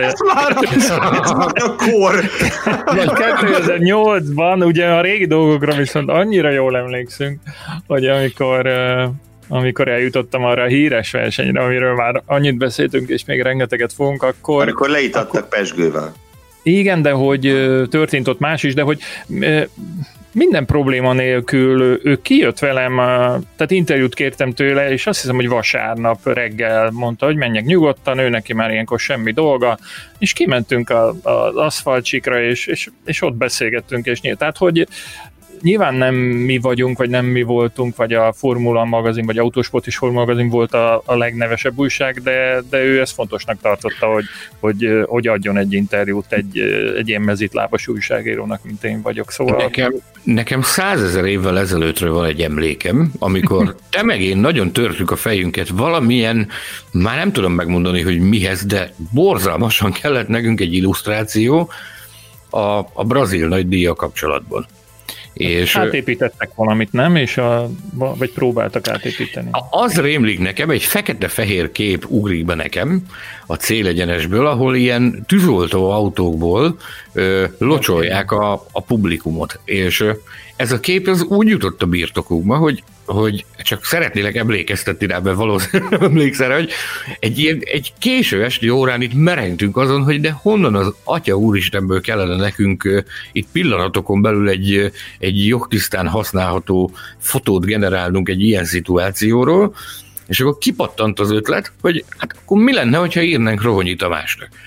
kétezer-nyolcban, ugye a régi dolgokra viszont annyira jól emlékszünk, hogy amikor, amikor eljutottam arra a híres versenyre, amiről már annyit beszéltünk, és még rengeteget fogunk, akkor... Amikor leítattak akkor, pezsgővel. Igen, de hogy történt ott más is, de hogy minden probléma nélkül ő kijött velem, tehát interjút kértem tőle, és azt hiszem, hogy vasárnap reggel mondta, hogy menjek nyugodtan, ő neki már ilyenkor semmi dolga, és kimentünk az aszfaltsikra, és, és, és ott beszélgettünk, és nyílt. Tehát, hogy nyilván nem mi vagyunk, vagy nem mi voltunk, vagy a Formula magazin, vagy Autósport és Formula magazin volt a, a legnevesebb újság, de, de ő ezt fontosnak tartotta, hogy, hogy, hogy adjon egy interjút egy, egy ilyen mezitlábas újságírónak, mint én vagyok. Szóval... Nekem, nekem százezer évvel ezelőttről van egy emlékem, amikor te meg én nagyon törtük a fejünket valamilyen, már nem tudom megmondani, hogy mihez, de borzalmasan kellett nekünk egy illusztráció a, a brazil nagydíjjal kapcsolatban. És átépítettek valamit, nem? És a, vagy próbáltak átépíteni? Az rémlik nekem, egy fekete-fehér kép ugrik be nekem a célegyenesből, ahol ilyen tűzoltó autókból ö, locsolják a, a publikumot. És ö, ez a kép az úgy jutott a birtokunkba, hogy hogy csak szeretnélek emlékeztetni rá, mert valószínűleg emlékszel, hogy egy, ilyen, egy késő esti órán itt merengtünk azon, hogy de honnan az Atya Úristenből kellene nekünk uh, itt pillanatokon belül egy, egy jogtisztán használható fotót generálnunk egy ilyen szituációról, és akkor kipattant az ötlet, hogy hát akkor mi lenne, hogyha írnánk Rohonyi Tamásnak.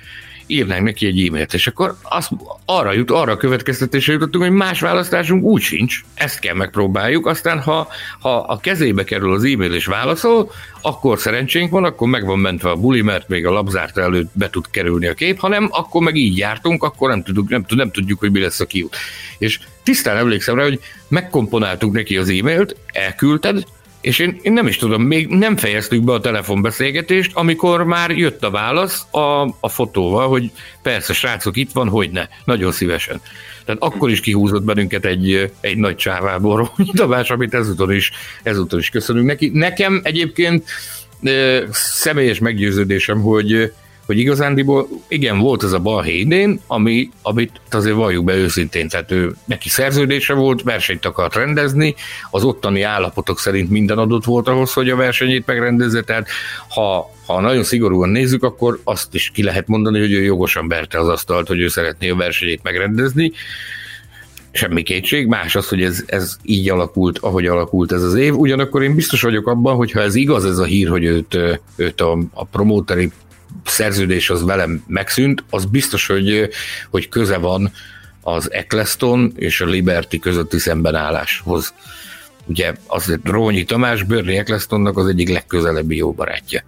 írnánk neki egy e-mailt, és akkor azt, arra jut, arra a következtetésre jutottunk, hogy más választásunk úgy sincs, ezt kell megpróbáljuk, aztán ha, ha a kezébe kerül az e-mail és válaszol, akkor szerencsénk van, akkor meg van mentve a buli, mert még a labzárta előtt be tud kerülni a kép, hanem akkor meg így jártunk, akkor nem tudjuk, nem, nem tudjuk, hogy mi lesz a kiút. És tisztán emlékszem rá, hogy megkomponáltuk neki az e-mailt, elküldted, és én, én nem is tudom, még nem fejeztük be a telefonbeszélgetést, amikor már jött a válasz a, a fotóval, hogy persze, srácok, itt van, hogy ne, nagyon szívesen. Tehát akkor is kihúzott bennünket egy, egy nagy csávából nyitavás, amit ezúton is, ezúton is köszönünk neki. Nekem egyébként e, személyes meggyőződésem, hogy hogy igazándiból igen, volt ez a balhé idén, ami, amit azért valljuk be őszintén, tehát ő, neki szerződése volt, versenyt akart rendezni, az ottani állapotok szerint minden adott volt ahhoz, hogy a versenyét megrendezze, tehát ha, ha nagyon szigorúan nézzük, akkor azt is ki lehet mondani, hogy ő jogosan verte az asztalt, hogy ő szeretné a versenyét megrendezni. Semmi kétség, más az, hogy ez, ez így alakult, ahogy alakult ez az év. Ugyanakkor én biztos vagyok abban, hogy ha ez igaz, ez a hír, hogy őt, őt a, a promóteri szerződés az velem megszűnt, az biztos, hogy, hogy köze van az Eccleston és a Liberty közötti szembenálláshoz. Ugye az Rónyi Tamás, Bernie Ecclestonnak az egyik legközelebbi jó barátja.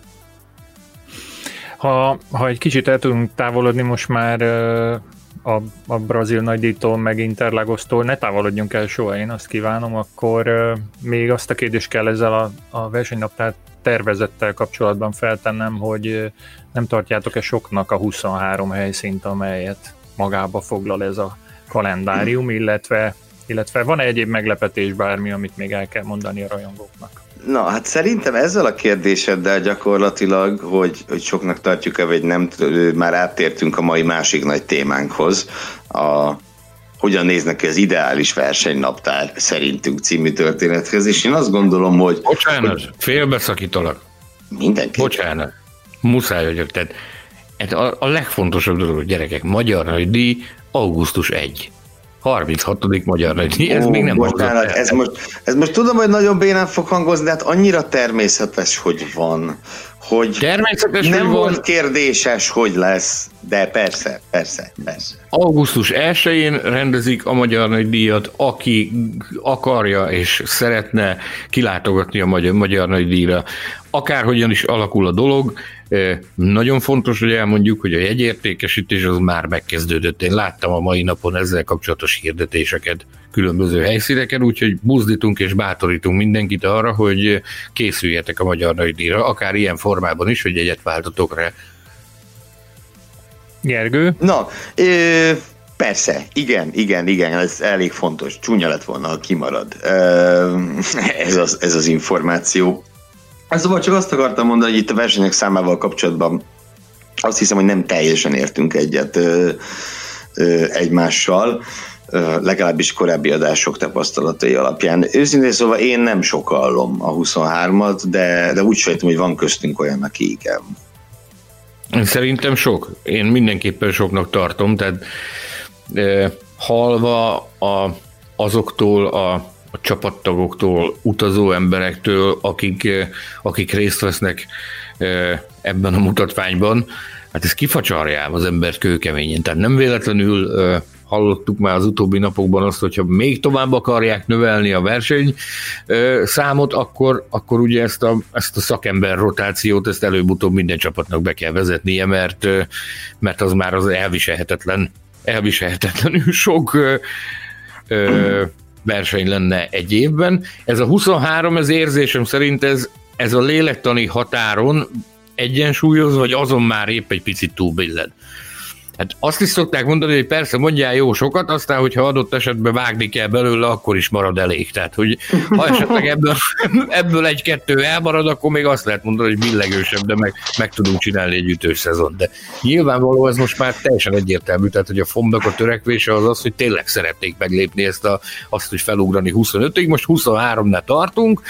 Ha, ha egy kicsit el tudunk távolodni most már a, a brazil nagydíjtól, meg Interlagosztól, ne távolodjunk el soha, én azt kívánom, akkor még azt a kérdést kell ezzel a, a versenynaptár tervezettel kapcsolatban feltennem, hogy nem tartjátok-e soknak a huszonhárom helyszínt, amelyet magába foglal ez a kalendárium, illetve, illetve van-e egyéb meglepetés bármi, amit még el kell mondani a rajongóknak? Na, hát szerintem ezzel a kérdéseddel gyakorlatilag, hogy, hogy soknak tartjuk-e, vagy nem, már áttértünk a mai másik nagy témánkhoz, a hogyan néznek ki az ideális versenynaptár szerintünk című történethez, és én azt gondolom, hogy... Bocsánat, hogy félbeszakítalak. Mindenki. Bocsánat, muszáj vagyok, tehát a, a legfontosabb dolog, gyerekek, Magyar Nagydíj, augusztus elseje. harminchatodik Magyar Nagydíj, ez Ó, még nem bocsánat, ez most, ez most tudom, hogy nagyon bénán fog hangozni, de hát annyira természetes, hogy van, hogy természetes, nem hogy volt van. Kérdéses, hogy lesz, de persze, persze, persze. augusztus elsején rendezik a Magyar Nagydíjat, aki akarja és szeretne kilátogatni a Magyar, Magyar Nagydíjra. Akárhogyan is alakul a dolog, nagyon fontos, hogy elmondjuk, hogy a jegyértékesítés az már megkezdődött. Én láttam a mai napon ezzel kapcsolatos hirdetéseket különböző helyszíneken, úgyhogy buzdítunk és bátorítunk mindenkit arra, hogy készüljetek a Magyar Nagydíjra, akár ilyen formában is, hogy jegyet váltatok rá. Gergő? Na, ö, persze, igen, igen, igen, ez elég fontos. Csúnya lett volna, ha kimarad ö, ez, az, ez az információ. Szóval csak azt akartam mondani, hogy itt a versenyek számával kapcsolatban azt hiszem, hogy nem teljesen értünk egyet ö, ö, egymással, ö, legalábbis korábbi adások tapasztalatai alapján. Őszintén szóval én nem sokallom a huszonhármat, de, de úgy sejtem, hogy van köztünk olyan, aki igen. Szerintem sok. Én mindenképpen soknak tartom, tehát e, halva a, azoktól a, a csapattagoktól, utazó emberektől, akik, akik részt vesznek e, ebben a mutatványban, hát ez kifacsarja az embert kőkeményen. Tehát nem véletlenül e, hallottuk már az utóbbi napokban azt, hogyha még tovább akarják növelni a verseny számot, akkor, akkor ugye ezt a, ezt a szakember rotációt, ezt előbb-utóbb minden csapatnak be kell vezetnie, mert, mert az már az elviselhetetlen, elviselhetetlenül sok ö, verseny lenne egy évben. Ez a huszonhárom, ez érzésem szerint ez, ez a lélektani határon egyensúlyoz, vagy azon már épp egy picit túlbilled. Hát azt is szokták mondani, hogy persze mondjál jó sokat, aztán, hogyha adott esetben vágni kell belőle, akkor is marad elég. Tehát, hogy ha esetleg ebből, ebből egy-kettő elmarad, akkor még azt lehet mondani, hogy billegősebb, de meg, meg tudunk csinálni egy ütős szezon. De nyilvánvaló ez most már teljesen egyértelmű, tehát, hogy a fomnak a törekvése az az, hogy tényleg szeretnék meglépni ezt a, azt, hogy felugrani huszonötig, most huszonháromnál tartunk.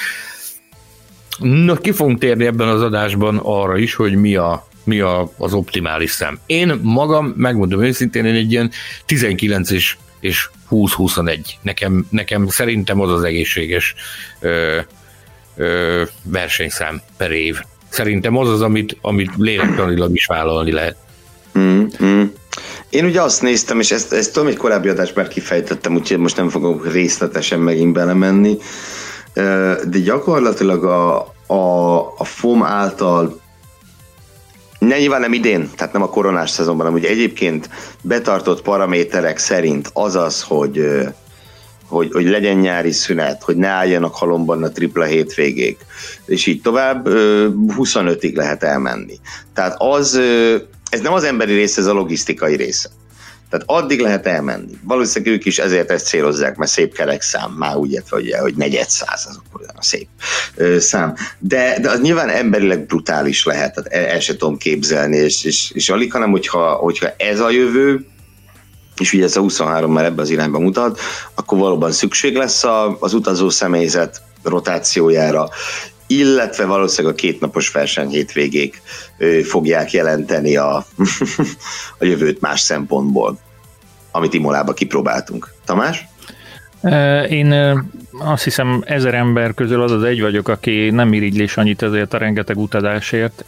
Na, ki fogunk térni ebben az adásban arra is, hogy mi a mi a, az optimális szám. Én magam, megmondom őszintén, én egy ilyen tizenkilenc és, és húsz-huszonegy. Nekem, nekem szerintem az az egészséges ö, ö, versenyszám per év. Szerintem az az, amit, amit lélektanilag is vállalni lehet. Mm, mm. Én ugye azt néztem, és ezt, ezt tudom, egy korábbi adást már kifejtettem, úgyhogy most nem fogok részletesen megint belemenni, de gyakorlatilag a, a, a ef o em által, ne, nyilván nem idén, tehát nem a koronás szezonban, hanem ugye egyébként betartott paraméterek szerint azaz, hogy, hogy, hogy legyen nyári szünet, hogy ne álljanak halomban a tripla hétvégék, és így tovább, huszonötig lehet elmenni. Tehát az, ez nem az emberi része, ez a logisztikai része. Tehát addig lehet elmenni. Valószínűleg ők is ezért ezt célozzák, mert szép kerek szám, már úgy értve, hogy, hogy negyedszáz, az akkor olyan szép ö, szám. De, de az nyilván emberileg brutális lehet, tehát el, el sem tudom képzelni, és, és, és alig, hanem hogyha, hogyha ez a jövő, és ugye ez a huszonhárom már ebbe az irányba mutat, akkor valóban szükség lesz a, az utazó személyzet rotációjára, illetve valószínűleg a kétnapos verseny hétvégék ö, fogják jelenteni a, a jövőt más szempontból, amit Imolába kipróbáltunk. Tamás? Én azt hiszem ezer ember közül az az egy vagyok, aki nem irigylés annyit ezért a rengeteg utazásért.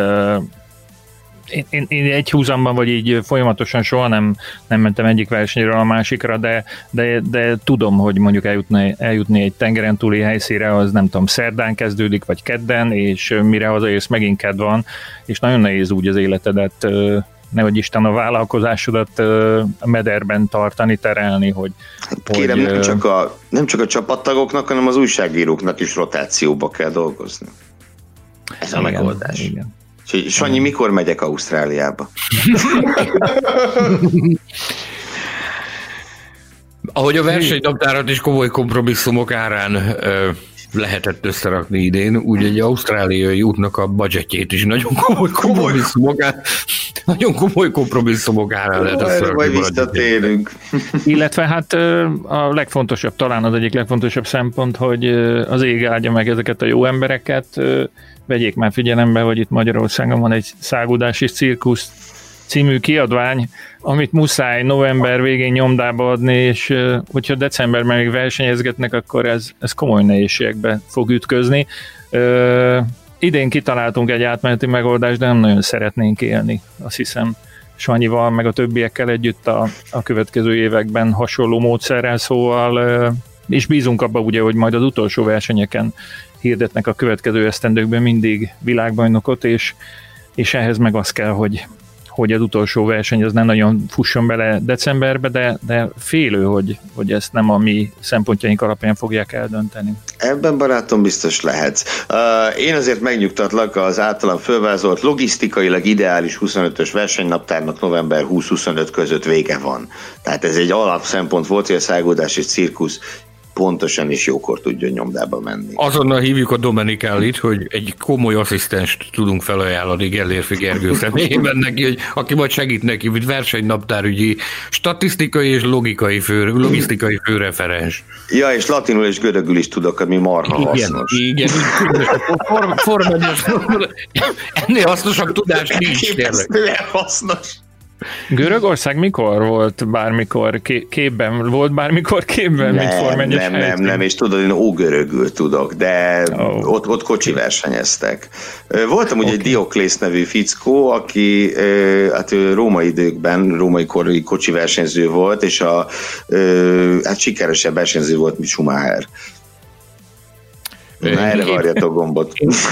Én, én, én egy húzamban, vagy így folyamatosan soha nem, nem mentem egyik versenyről a másikra, de, de, de tudom, hogy mondjuk eljutni, eljutni egy tengeren túli helyszínre, az nem tudom, szerdán kezdődik, vagy kedden, és mire hazajössz, megint kedd van, és nagyon nehéz úgy az életedet, nehogy Isten a vállalkozásodat a mederben tartani, terelni, hogy... Kérem, hogy, nem, csak a, nem csak a csapattagoknak, hanem az újságíróknak is rotációba kell dolgozni. Ez a igen, megoldás. Igen. Sanyi, mikor megyek Ausztráliába? Ahogy a versenynaptárat is komoly kompromisszumok árán ö, lehetett összerakni idén, úgy egy ausztráliai útnak a budgetjét is nagyon komoly kompromisszumok árán, nagyon komoly kompromisszumok árán lehet összerakni. Majd visszatérünk. Illetve hát a legfontosabb, talán az egyik legfontosabb szempont, hogy az ég áldja meg ezeket a jó embereket. Vegyék már figyelembe, hogy itt Magyarországon van egy Száguldás és Cirkusz című kiadvány, amit muszáj november végén nyomdába adni, és hogyha decemberben még versenyezgetnek, akkor ez, ez komoly nehézségekbe fog ütközni. Ö, idén kitaláltunk egy átmeneti megoldást, de nem nagyon szeretnénk élni, azt hiszem, Sanyival, meg a többiekkel együtt a, a következő években hasonló módszerrel, szóval ö, és bízunk abba ugye, hogy majd az utolsó versenyeken hirdetnek a következő esztendőkben mindig világbajnokot, és, és ehhez meg az kell, hogy, hogy az utolsó verseny az nem nagyon fusson bele decemberbe, de, de félő, hogy, hogy ezt nem a mi szempontjaink alapján fogják eldönteni. Ebben, barátom, biztos lehetsz. Uh, én azért megnyugtatlak, az általam fölvázolt logisztikailag ideális huszonötös versenynaptárnak november húsz-huszonöt között vége van. Tehát ez egy alapszempont volt, hogy a Száguldás és Cirkusz pontosan is jókor tudjon nyomdába menni. Azonnal hívjuk a Domenikálit, hogy egy komoly asszisztenst tudunk felajánlani Gellérfi Gergő személyében neki, hogy, aki majd segít neki, mint versenynaptárügyi statisztikai és logikai fő, logisztikai főreferens. Ja, és latinul és görögül is tudok, ami marha igen, hasznos. Igen, igen. Form, ennél hasznosabb tudás nincs. Képesztően hasznos. Görögország mikor volt bármikor képben? Volt bármikor képben, nem, mint formegyes Nem, nem, nem, és tudod, én ógörögül tudok, de oh. ott, ott kocsi versenyeztek. Voltam ugye okay. egy Dioklész nevű fickó, aki hát római időkben, római kori kocsi versenyző volt, és a hát sikeresebb versenyző volt, mint Schumacher. Na, erre varjatok gombot.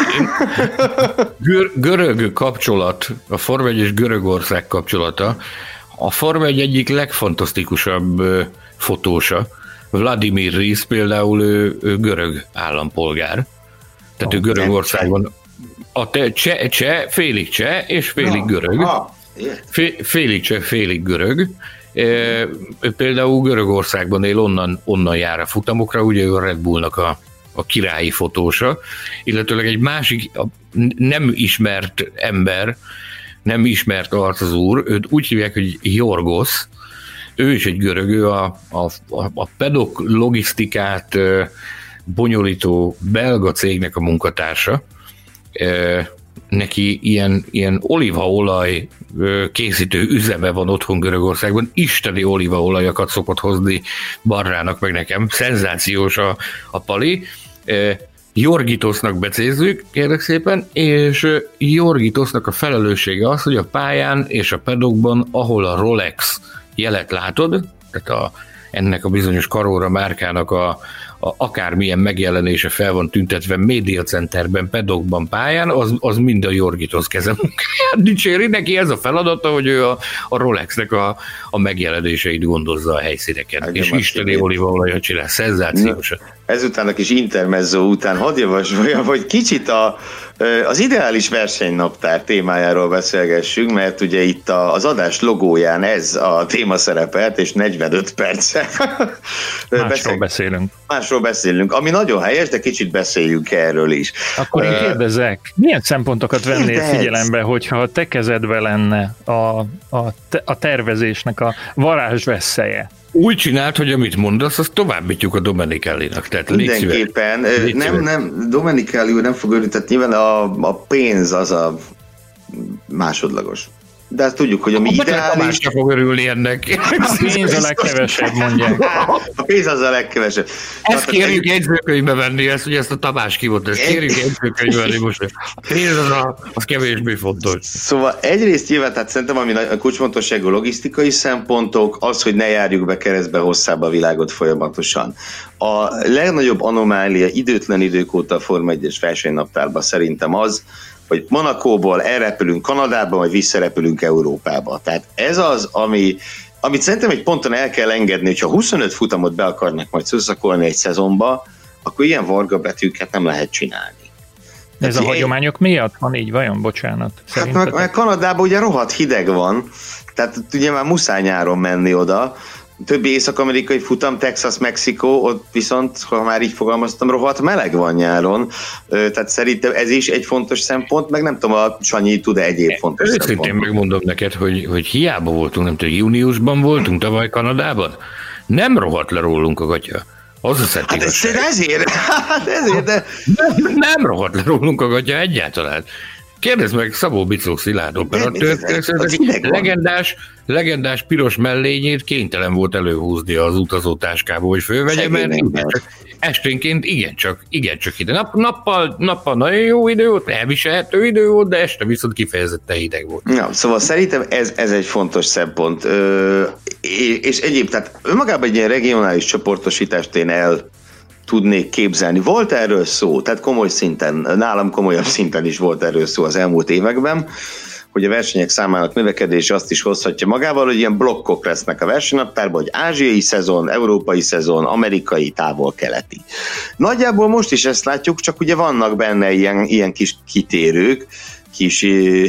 Gör, görög kapcsolat, a Forma egy és Görögország kapcsolata, a Forma egy egyik legfantasztikusabb fotósa, Vladimir Risz például ő, ő görög állampolgár. Tehát oh, ő Görögországban a te, cseh, cseh, félig cseh és félig no, görög. Ah, Fé, félig cseh, félig görög. Ő például Görögországban él, onnan, onnan jár a futamokra, ugye ő a Red Bullnak a a királyi fotósa, illetőleg egy másik nem ismert ember, nem ismert arc az úr, őt úgy hívják, hogy Jorgos, ő is egy görög, ő a, a, a pedok logisztikát bonyolító belga cégnek a munkatársa. Neki ilyen, ilyen olívaolaj készítő üzeme van otthon Görögországban, isteni olívaolajakat szokott hozni Barrának meg nekem, szenzációs a, a pali. Jorgitosznak becézzük, kérlek szépen, és Jorgitosznak a felelőssége az, hogy a pályán és a pedokban, ahol a Rolex jelet látod, tehát a, ennek a bizonyos karóra márkának a, a akármilyen megjelenése fel van tüntetve média centerben, pedokban, pályán, az, az mind a Jorgitosz keze munkáját dicséri. Neki ez a feladata, hogy ő a, a Rolexnek a, a megjelenéseit gondozza a helyszíneken. Hát, és isteni olívaolajat csinál, szenzációsan. Ezután a kis intermezzo után hadd javasoljam, hogy kicsit a, az ideális versenynaptár témájáról beszélgessünk, mert ugye itt az adás logóján ez a téma szerepelt, és negyvenöt perce. Másról Beszél... beszélünk. Másról beszélünk, ami nagyon helyes, de kicsit beszéljünk erről is. Akkor én kérdezek, milyen szempontokat vennél Kérdez. figyelembe, hogyha a te kezedben lenne a, a, a tervezésnek a varázsvesszeje? Úgy csinált, hogy amit mondasz, azt továbbítjuk a Domenichellinak. Tehát mindenképpen. Nem, nem, Domenichelli nem fog örülni, tehát nyilván a, a pénz az a másodlagos. De azt tudjuk, hogy a mi ideális... Tamás sem fog örülni ennek. A pénz a legkevesebb, mondják. A pénz az a legkevesebb. Ezt kérjük jegyzőkönyvbe venni, ezt, ugye ezt a Tamás kivott, ezt kérjük jegyzőkönyvbe venni most. A pénz az, a, az kevésbé fontos. Szóval egyrészt nyilván, tehát szerintem ami a kulcsfontosságú logisztikai szempontok, az, hogy ne járjuk be keresztbe hosszába a világot folyamatosan. A legnagyobb anomália időtlen idők óta a Forma egyes versenynaptárban szerintem az, hogy Monacóból elrepülünk Kanadába, vagy visszarepülünk Európába. Tehát ez az, ami, amit szerintem egy ponton el kell engedni, hogyha huszonöt futamot be akarnak majd szuszakolni egy szezonba, akkor ilyen varga betűket nem lehet csinálni. Ez a hagyományok miatt van így, vajon? Bocsánat. Hát mert, mert Kanadában ugye rohadt hideg van, tehát ugye már muszáj nyáron menni oda. Többi észak-amerikai futam, Texas, Mexikó, ott viszont, ha már így fogalmaztam, rohadt meleg van nyáron, tehát szerintem ez is egy fontos szempont, meg nem tudom, a Sanyi tud-e egyéb fontos szempont. Őszintén megmondom neked, hogy, hogy hiába voltunk, nem tudom, júniusban voltunk tavaly Kanadában, nem rohadt le rólunk a gatya. Az a szett hát ez, ezért, hát ezért, de... Nem, nem rohadt le rólunk a gatya egyáltalán. Kérdezd meg Szabó Bicó Szilárd operatőr, legendás, legendás piros mellényét kénytelen volt előhúzni az utazótáskából, hogy fölvegye, mert igencsak, esténként igencsak, igencsak ide. Nap, nappal, nappal nagyon jó idő volt, elviselhető idő volt, de este viszont kifejezetten hideg volt. Ja, szóval szerintem ez, ez egy fontos szempont. Ö, és egyéb, tehát önmagában egy ilyen regionális csoportosítást én el tudnék képzelni. Volt erről szó, tehát komoly szinten, nálam komolyabb szinten is volt erről szó az elmúlt években, hogy a versenyek számának növekedése azt is hozhatja magával, hogy ilyen blokkok lesznek a versenynaptárban, hogy ázsiai szezon, európai szezon, amerikai, távol-keleti. Nagyjából most is ezt látjuk, csak ugye vannak benne ilyen, ilyen kis kitérők, kis,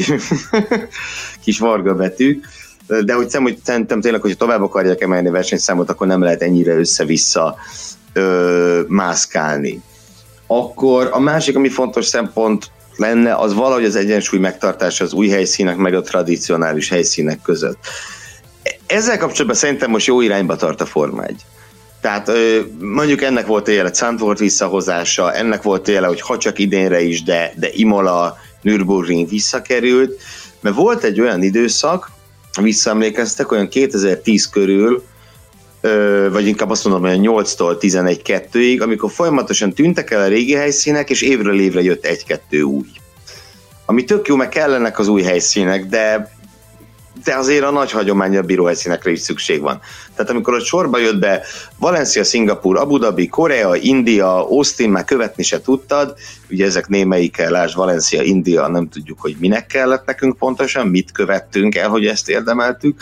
kis vargabetűk, de hogy szerintem tényleg, hogyha tovább akarják emelni a versenyszámot, akkor nem lehet ennyire össze-vissza Ö, mászkálni. Akkor a másik, ami fontos szempont lenne, az valahogy az egyensúly megtartása az új helyszínek meg a tradicionális helyszínek között. Ezzel kapcsolatban szerintem most jó irányba tart a Forma egy. Tehát ö, mondjuk ennek volt jele Zandvoort visszahozása, ennek volt jele, hogy ha csak idénre is, de, de Imola, Nürburgring visszakerült, mert volt egy olyan időszak, visszaemlékeztek, olyan kétezer-tíz körül, vagy inkább azt mondom, hogy nyolctól tizenegy-kettőig, amikor folyamatosan tűntek el a régi helyszínek, és évről évre jött egy-kettő új. Ami tök jó, meg kellenek az új helyszínek, de, de azért a nagy hagyományabb bíró helyszínekre is szükség van. Tehát amikor a sorba jött be Valencia, Szingapúr, Abu Dhabi, Korea, India, Austin, már követni se tudtad, ugye ezek némelyikkel, lásd Valencia, India, nem tudjuk, hogy minek kellett nekünk pontosan, mit követtünk el, hogy ezt érdemeltük,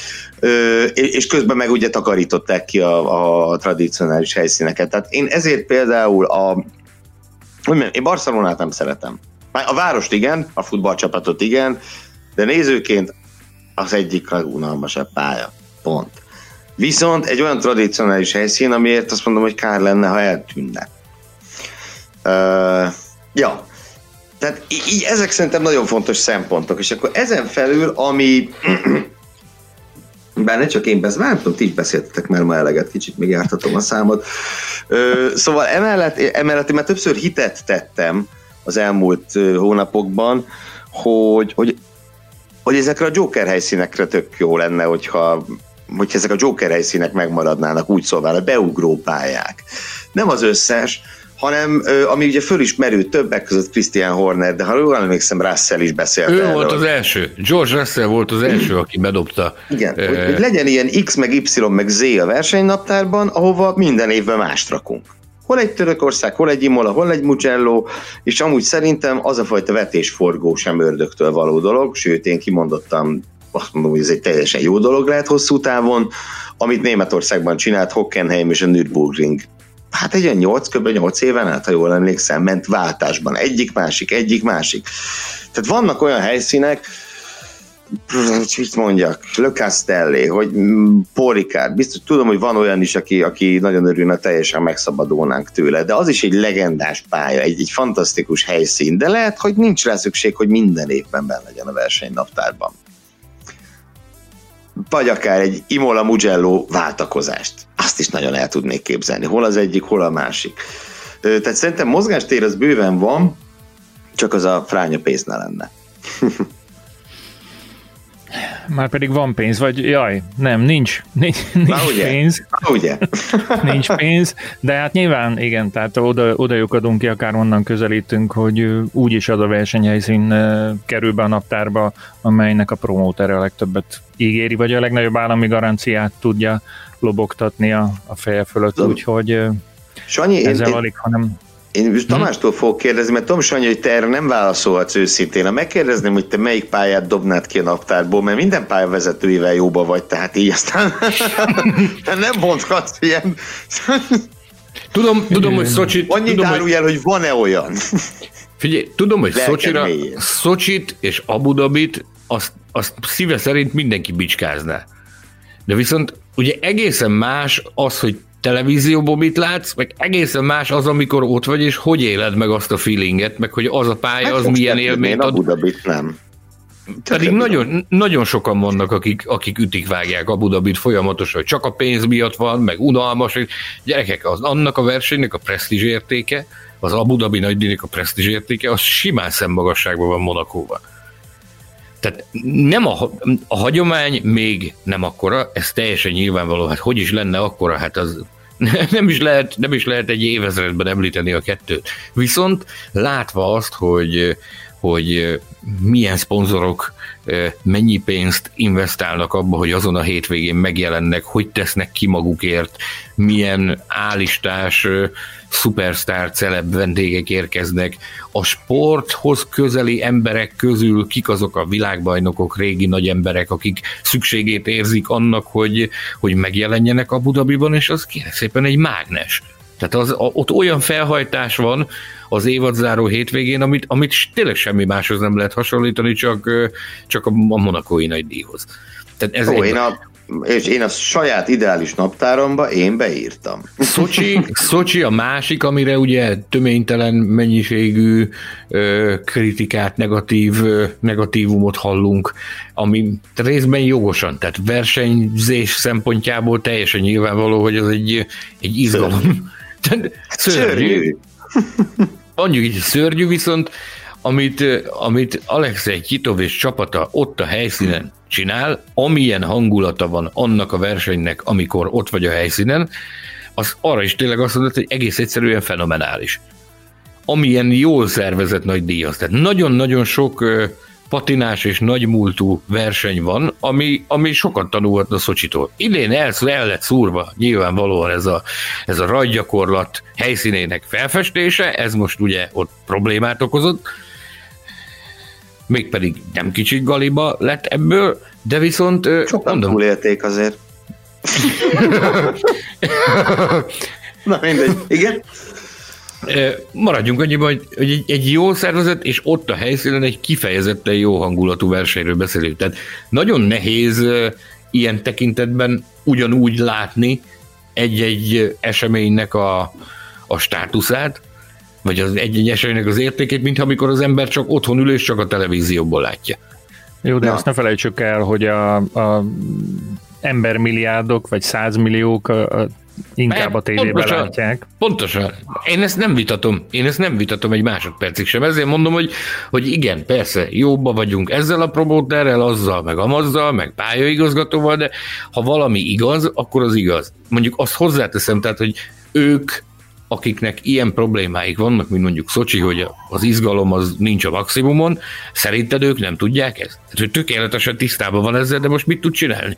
és közben meg ugye takarították ki a, a tradicionális helyszíneket. Tehát én ezért például a, hogy mondjam, én Barcelonát nem szeretem. A várost igen, a futballcsapatot igen, de nézőként az egyik legunalmasabb pálya. Pont. Viszont egy olyan tradicionális helyszín, amiért azt mondom, hogy kár lenne, ha eltűnne. Uh, ja. Tehát így ezek szerintem nagyon fontos szempontok, és akkor ezen felül, ami bár ne csak én beszéltem, nem tudom, ti is beszéltetek már ma eleget, kicsit még jártatom a számot. Ö, szóval emellett, emellett én már többször hitet tettem az elmúlt hónapokban, hogy, hogy, hogy ezekre a Joker helyszínekre tök jó lenne, hogyha, hogyha ezek a Joker helyszínek megmaradnának, úgy szólván a beugró pályák. Nem az összes, hanem ami ugye föl is merült többek között Christian Horner, de ha jól emlékszem, Russell is beszélt Ő erről. volt az első. George Russell volt az első, aki bedobta. Igen, uh, hogy, hogy legyen ilyen X, meg Y, meg Z a versenynaptárban, ahova minden évben mást rakunk. Hol egy Törökország, hol egy Imola, hol egy Mugello, és amúgy szerintem az a fajta vetésforgó sem ördögtől való dolog, sőt, én kimondottam, azt mondom, hogy ez egy teljesen jó dolog lehet hosszú távon, amit Németországban csinált Hockenheim és a Nürburgring. Hát egy olyan nyolc, kb. nyolc éven át, ha jól emlékszem, ment váltásban. Egyik másik, egyik másik. Tehát vannak olyan helyszínek, mit mondjak, Le Castellet, hogy Paul Ricard, biztos tudom, hogy van olyan is, aki, aki nagyon örülne, teljesen megszabadulnánk tőle, de az is egy legendás pálya, egy, egy fantasztikus helyszín, de lehet, hogy nincs rá szükség, hogy minden évben benne legyen a versenynaptárban. Vagy akár egy Imola Mugello váltakozást. Azt is nagyon el tudnék képzelni. Hol az egyik, hol a másik. Tehát szerintem mozgástér az bőven van, csak az a fránya pénz ne lenne. Már pedig van pénz, vagy jaj, nem, nincs, nincs, nincs Na, ugye? pénz. Na, ugye? Nincs pénz, de hát nyilván igen, tehát oda, oda lyukadunk ki, akár onnan közelítünk, hogy úgyis az a versenyhelyszín kerül be a naptárba, amelynek a promótere a legtöbbet ígéri, vagy a legnagyobb állami garanciát tudja lobogtatni a, a feje fölött, úgyhogy Sanyi, ezzel én, alig, hanem... Én Tamástól fogok kérdezni, mert tudom, Sanyi, hogy te erre nem válaszolhatsz őszintén. Ha megkérdezném, hogy te melyik pályát dobnád ki a naptárból, mert minden pályavezetőivel jóba vagy, tehát így aztán nem mondhatsz ilyen. Tudom, tudom, hogy Szocsit... Annyit tudom, árulj el, hogy van-e olyan? Figyelj, tudom, hogy Szocsira, mélyén. Szocsit és Abu Dhabit azt, azt szíve szerint mindenki bicskázná. De viszont ugye egészen más az, hogy televízióban mit látsz, meg egészen más az, amikor ott vagy, és hogy éled meg azt a feelinget, meg hogy az a pálya, Hát az milyen élményt ad. Abu Dhabit nem. Pedig nagyon, nagyon sokan vannak, akik, akik ütik, vágják Abu Dhabit folyamatosan, hogy csak a pénz miatt van, meg unalmas, hogy gyerekek, az, annak a versenynek a presztízs értéke, az Abu Dhabi nagydíjnak a presztízs értéke, az simán szemmagasságban van Monacóban. Tehát nem a, a hagyomány még nem akkora, ez teljesen nyilvánvaló, hát hogy is lenne akkora, hát az nem is lehet, nem is lehet egy évezredben említeni a kettőt. Viszont látva azt, hogy, hogy milyen szponzorok mennyi pénzt investálnak abba, hogy azon a hétvégén megjelennek, hogy tesznek ki magukért, milyen álistás, szupersztár, celeb vendégek érkeznek. A sporthoz közeli emberek közül kik azok a világbajnokok, régi nagy emberek, akik szükségét érzik annak, hogy, hogy megjelenjenek Abu Dhabiban, és az kérlek szépen egy mágnes. Tehát az, ott olyan felhajtás van az évadzáró hétvégén, amit, amit tényleg semmi máshoz nem lehet hasonlítani, csak, csak a monacói nagydíjhoz. Tehát ez Ó, egy... én a és én a saját ideális naptáramba én beírtam. Szocsi, Szocsi a másik, amire ugye töménytelen mennyiségű ö, kritikát, negatív, ö, negatívumot hallunk, ami részben jogosan, tehát versenyzés szempontjából teljesen nyilvánvaló, hogy az egy, egy izgalom. Szörnyű. Szörnyű. Mondjuk így szörnyű, viszont amit, amit Alexej Titov és csapata ott a helyszínen csinál, amilyen hangulata van annak a versenynek, amikor ott vagy a helyszínen, az arra is tényleg azt mondod, hogy egész egyszerűen fenomenális. Amilyen jól szervezett nagy díjaz. Tehát nagyon-nagyon sok patinás és nagymúltú verseny van, ami, ami sokat tanulhatna Szocsitól. Idén el, el lett szúrva nyilvánvalóan ez a, ez a rajtgyakorlat helyszínének felfestése, ez most ugye ott problémát okozott, mégpedig nem kicsit galiba lett ebből, de viszont... Sokan túlélték azért. Na mindegy, igen. Maradjunk annyiban, hogy egy, egy jó szervezet, és ott a helyszínen egy kifejezetten jó hangulatú versenyről beszélünk. Tehát nagyon nehéz ilyen tekintetben ugyanúgy látni egy-egy eseménynek a, a státuszát, vagy az egy-egy eseménynek az értékét, mint amikor az ember csak otthon ül, és csak a televízióból látja. Jó, de Na. azt ne felejtsük el, hogy a, a embermilliárdok, vagy százmilliók a, a inkább a tévében látják. Pontosan. Én ezt nem vitatom. Én ezt nem vitatom egy másodpercig sem. Ezért mondom, hogy, hogy igen, persze, jóba vagyunk ezzel a promóterrel, azzal, meg amazzal, meg pályaigazgatóval, de ha valami igaz, akkor az igaz. Mondjuk azt hozzáteszem, tehát, hogy ők akiknek ilyen problémáik vannak, mint mondjuk Szocsi, hogy az izgalom az nincs a maximumon, szerinted ők nem tudják ezt? Tehát, tökéletesen tisztában van ezzel, de most mit tud csinálni?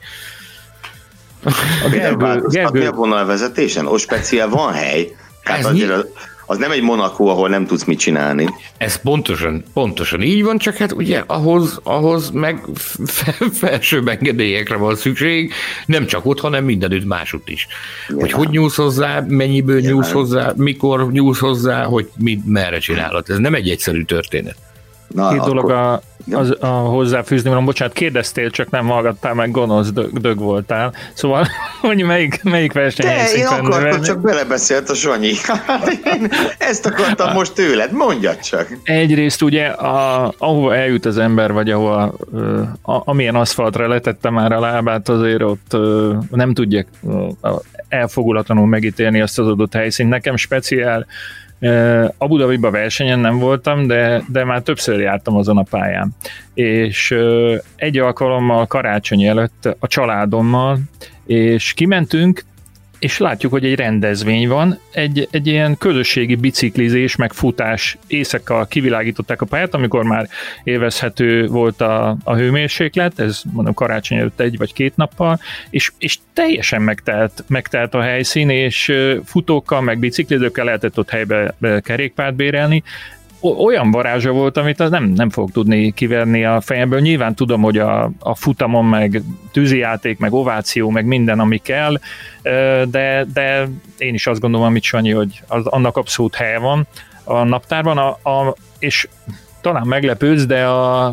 A Gergő, Gergő... a vonalvezetésen? O speciál van hely? Tehát azért az, az nem egy Monaco, ahol nem tudsz mit csinálni. Ez pontosan, pontosan így van, csak hát ugye ahhoz, ahhoz meg felsőbb engedélyekre van szükség, nem csak ott, hanem mindenütt másutt is. Ja. Hogy hogy nyúlsz hozzá, mennyiből ja. nyúlsz hozzá, mikor nyúlsz hozzá, hogy mit, merre csinálod. Ez nem egy egyszerű történet. Na, Két akkor... dolog a, az, a hozzáfűzni, mondom, bocsánat, kérdeztél, csak nem hallgattál meg, gonosz dög, dög voltál. Szóval, hogy melyik, melyik versenyhelyszín De én akartam, csak belebeszélt a Sanyi. Én ezt akartam most tőled, mondjad csak. Egyrészt ugye, a, ahova eljut az ember, vagy ahova a, amilyen aszfaltra letette már a lábát, azért ott nem tudják elfogulatlanul megítélni azt az adott helyszínt. Nekem speciál Abu Dhabiba versenyen nem voltam, de, de már többször jártam azon a pályán. És egy alkalommal karácsony előtt a családommal, és kimentünk, és látjuk, hogy egy rendezvény van, egy, egy ilyen közösségi biciklizés, meg futás, éjszakkal kivilágították a pályát, amikor már élvezhető volt a, a hőmérséklet, ez mondom karácsony előtt egy vagy két nappal, és, és teljesen megtelt, megtelt a helyszín, és futókkal, meg biciklizőkkel lehetett ott helybe kerékpárt bérelni. Olyan varázsa volt, amit az nem, nem fog tudni kiverni a fejemből. Nyilván tudom, hogy a, a futamon meg tűzijáték, meg ováció, meg minden, ami kell, de, de én is azt gondolom, amit Sanyi, hogy az, annak abszolút helye van a naptárban, a, a, és talán meglepődsz, de a,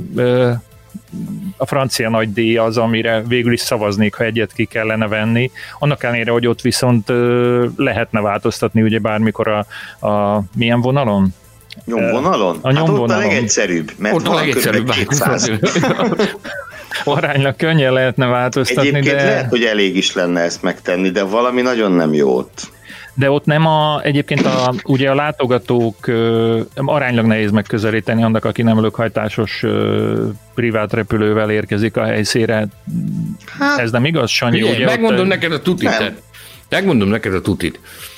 a francia nagydíj az, amire végül is szavaznék, ha egyet ki kellene venni. Annak ellenére, hogy ott viszont lehetne változtatni, ugye bármikor a, a milyen vonalon? Nyomvonalon? A nyomvonalon. Hát ott a legegyszerűbb, mert ott van a legegyszerűbb kétszáz. Aránylag könnyen lehetne változtatni, Egyébként de... lehet, hogy elég is lenne ezt megtenni, de valami nagyon nem jó ott. De ott nem a, egyébként a, ugye a látogatók ö, aránylag nehéz megközelíteni annak, aki nem lökhajtásos ö, privát repülővel érkezik a helyszínre. Hát, ez nem igaz, Sanyi? Ugye, ugye megmondom ott, neked a tutit. Nem. Megmondom neked a tutit.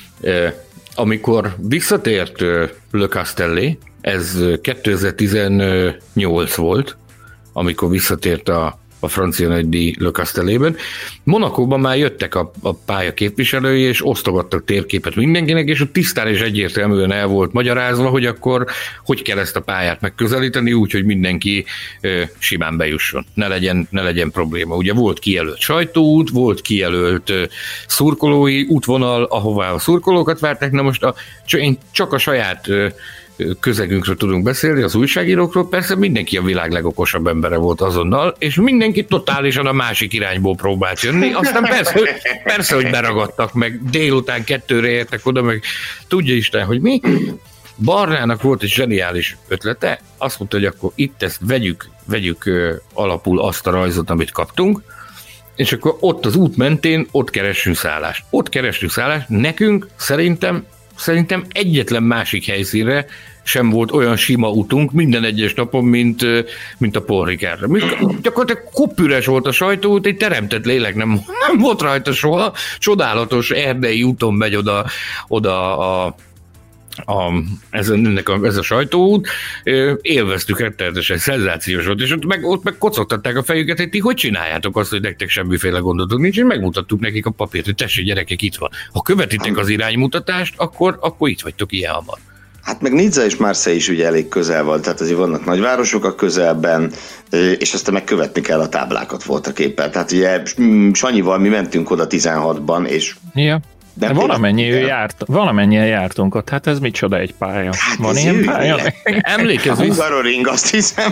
Amikor visszatért Le Castellet, ez kétezer-tizennyolc volt, amikor visszatért a, a francia nagydíj Le Castelletben. Monacóban már jöttek a, a pálya képviselői, és osztogattak térképet mindenkinek, és ott tisztán és egyértelműen el volt magyarázva, hogy akkor hogy kell ezt a pályát megközelíteni, úgy, hogy mindenki ö, simán bejusson. Ne legyen, ne legyen probléma. Ugye volt kijelölt sajtóút, volt kijelölt ö, szurkolói útvonal, ahová a szurkolókat várták. Na most a, csak, én csak a saját ö, közegünkről tudunk beszélni, az újságírókról, persze mindenki a világ legokosabb embere volt azonnal, és mindenki totálisan a másik irányból próbált jönni, aztán persze, persze hogy beragadtak, meg délután kettőre értek oda, meg tudja Isten, hogy mi. Barnának volt egy zseniális ötlete, azt mondta, hogy akkor itt ezt vegyük, vegyük alapul azt a rajzot, amit kaptunk, és akkor ott az út mentén, ott keressünk szállást. Ott keressünk szállást, nekünk szerintem Szerintem egyetlen másik helyszínre sem volt olyan sima utunk minden egyes napon, mint, mint a Paul Ricardra. Gyakorlatilag kuppüres volt a sajtóút, egy teremtett lélek nem, nem volt rajta soha. Csodálatos erdei úton megy oda, oda a A, ez, ennek a, ez a sajtóút, élveztük rettenetesen, szenzációs volt, és ott meg, ott meg kocogtatták a fejüket, hogy ti hogy csináljátok azt, hogy nektek semmiféle gondotok nincs, és megmutattuk nekik a papírt, hogy tessék gyerekek, itt van. Ha követitek az iránymutatást, akkor, akkor itt vagytok ilyen hamar. Hát meg Nizza és Marseille is ugye elég közel van, tehát azért vannak nagyvárosok a közelben, és aztán meg követni kell a táblákat voltak éppen. Tehát ugye Sanyival mi mentünk oda tizenhatban, és yeah. De valamennyi járt, valamennyien jártunk ott, hát ez micsoda egy pálya. Hát van ilyen pálya? Emlékezz vissza. Hungaroring, azt hiszem.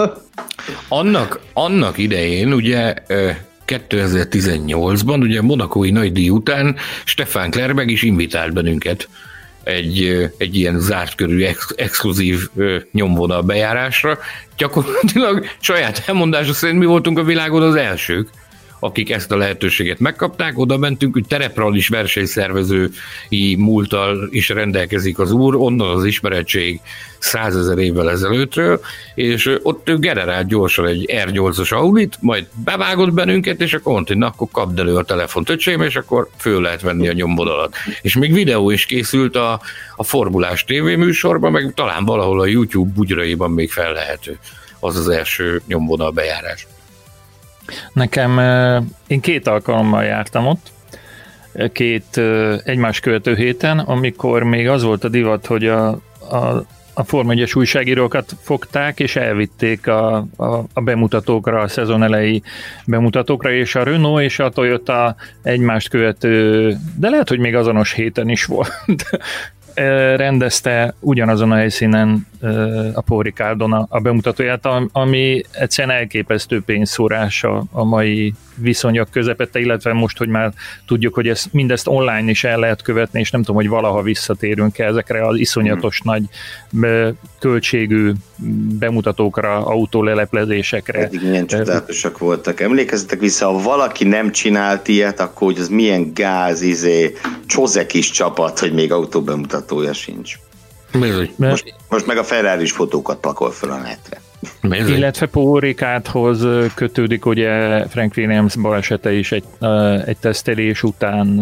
Annak, annak idején, ugye kétezer-tizennyolcban, ugye Monacói nagydíj után Stefan Klerberg is invitált bennünket egy, egy ilyen zárt körű, ex, exkluzív nyomvonal bejárásra. Gyakorlatilag saját elmondása szerint mi voltunk a világon az elsők, akik ezt a lehetőséget megkapták, oda mentünk, hogy tereprallis versenyszervezői múlttal is rendelkezik az úr, onnan az ismerettség százezer évvel ezelőttről, és ott ő generált gyorsan egy er nyolcas Audit, majd bevágott bennünket, és akkor mondta, hogy na, akkor kapd elő a telefont, öcsém, és akkor föl lehet venni a nyomvonalat. És még videó is készült a, a formulás tévéműsorban, meg talán valahol a YouTube bugyraiban még fellehető. Az az első nyomvonal bejárás. Nekem, én két alkalommal jártam ott, két egymás követő héten, amikor még az volt a divat, hogy a, a, a Forma egyes újságírókat fogták, és elvitték a, a, a bemutatókra, a szezon elejé bemutatókra, és a Renault és a Toyota egymást követő, de lehet, hogy még azonos héten is volt, rendezte ugyanazon a helyszínen a Paul Ricardon a, a bemutatóját, ami egyszerűen elképesztő pénzszórás a, a mai viszonyok közepette, illetve most, hogy már tudjuk, hogy ezt, mindezt online is el lehet követni, és nem tudom, hogy valaha visszatérünk ezekre az iszonyatos hmm. nagy be, költségű bemutatókra, autóleleplezésekre. Eddig milyen csodálatosak voltak. Emlékezzetek vissza, ha valaki nem csinált ilyet, akkor hogy az milyen gáz, izé, csozekis csapat, hogy még autóbemutatója sincs. Most, most meg a Ferrari-s fotókat pakol fel a netre. Illetve Paul Ricardhoz kötődik ugye Frank Williams balesete is egy, egy tesztelés után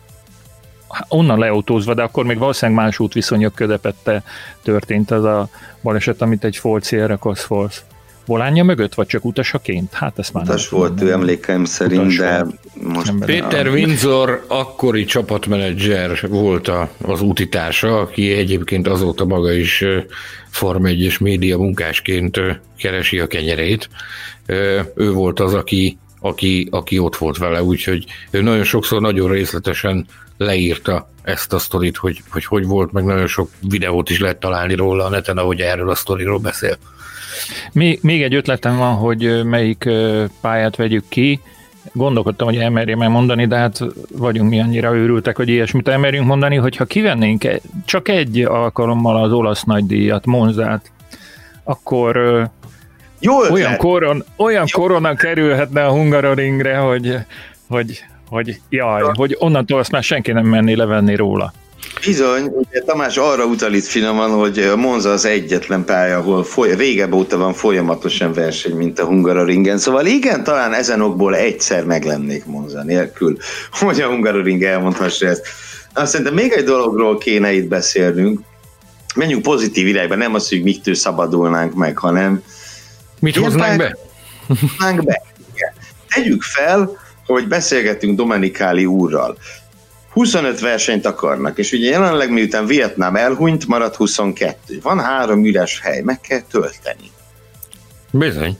onnan leautózva, de akkor még valószínűleg más útviszonyok közepette történt az a baleset, amit egy Ford Sierra Cosworth volánja mögött, vagy csak utasaként? Hát ezt már utas nem volt, ő emlékeim szerint, de most... Péter Windsor akkori csapatmenedzser volt az útitársa, aki egyébként azóta maga is Forma egyes média munkásként keresi a kenyerét. Ő volt az, aki, aki, aki ott volt vele, úgyhogy ő nagyon sokszor nagyon részletesen leírta ezt a sztorit, hogy, hogy hogy volt, meg nagyon sok videót is lehet találni róla a neten, ahogy erről a sztoriról beszél. Még, még egy ötletem van, hogy melyik pályát vegyük ki. Gondolkodtam, hogy elmerjem mondani, de hát vagyunk mi annyira őrültek, hogy ilyesmit elmerjünk mondani, hogyha kivennénk csak egy alkalommal az olasz nagydíjat, Monzát, akkor Jó olyan, koron, olyan korona kerülhetne a Hungaroringre, hogy, hogy, hogy jaj, hogy onnantól azt már senki nem menné levenni róla. Bizony, ugye Tamás arra utal itt finoman, hogy a Monza az egyetlen pálya, ahol foly- régebb óta van folyamatosan verseny, mint a Hungaroringen. Szóval igen, talán ezen okból egyszer meglennék Monza nélkül, hogy a Hungaroring elmondhassa ezt. Azt szerintem még egy dologról kéne itt beszélnünk. Menjünk pozitív irányba, nem az, hogy miktől szabadulnánk meg, hanem... Mit hoznánk be? Hoznánk be. Igen. Tegyük fel, hogy beszélgetünk Domenicali úrral. huszonöt versenyt akarnak, és ugye jelenleg miután Vietnám elhunyt, maradt huszonkettő. Van három üres hely, meg kell tölteni. Bizony.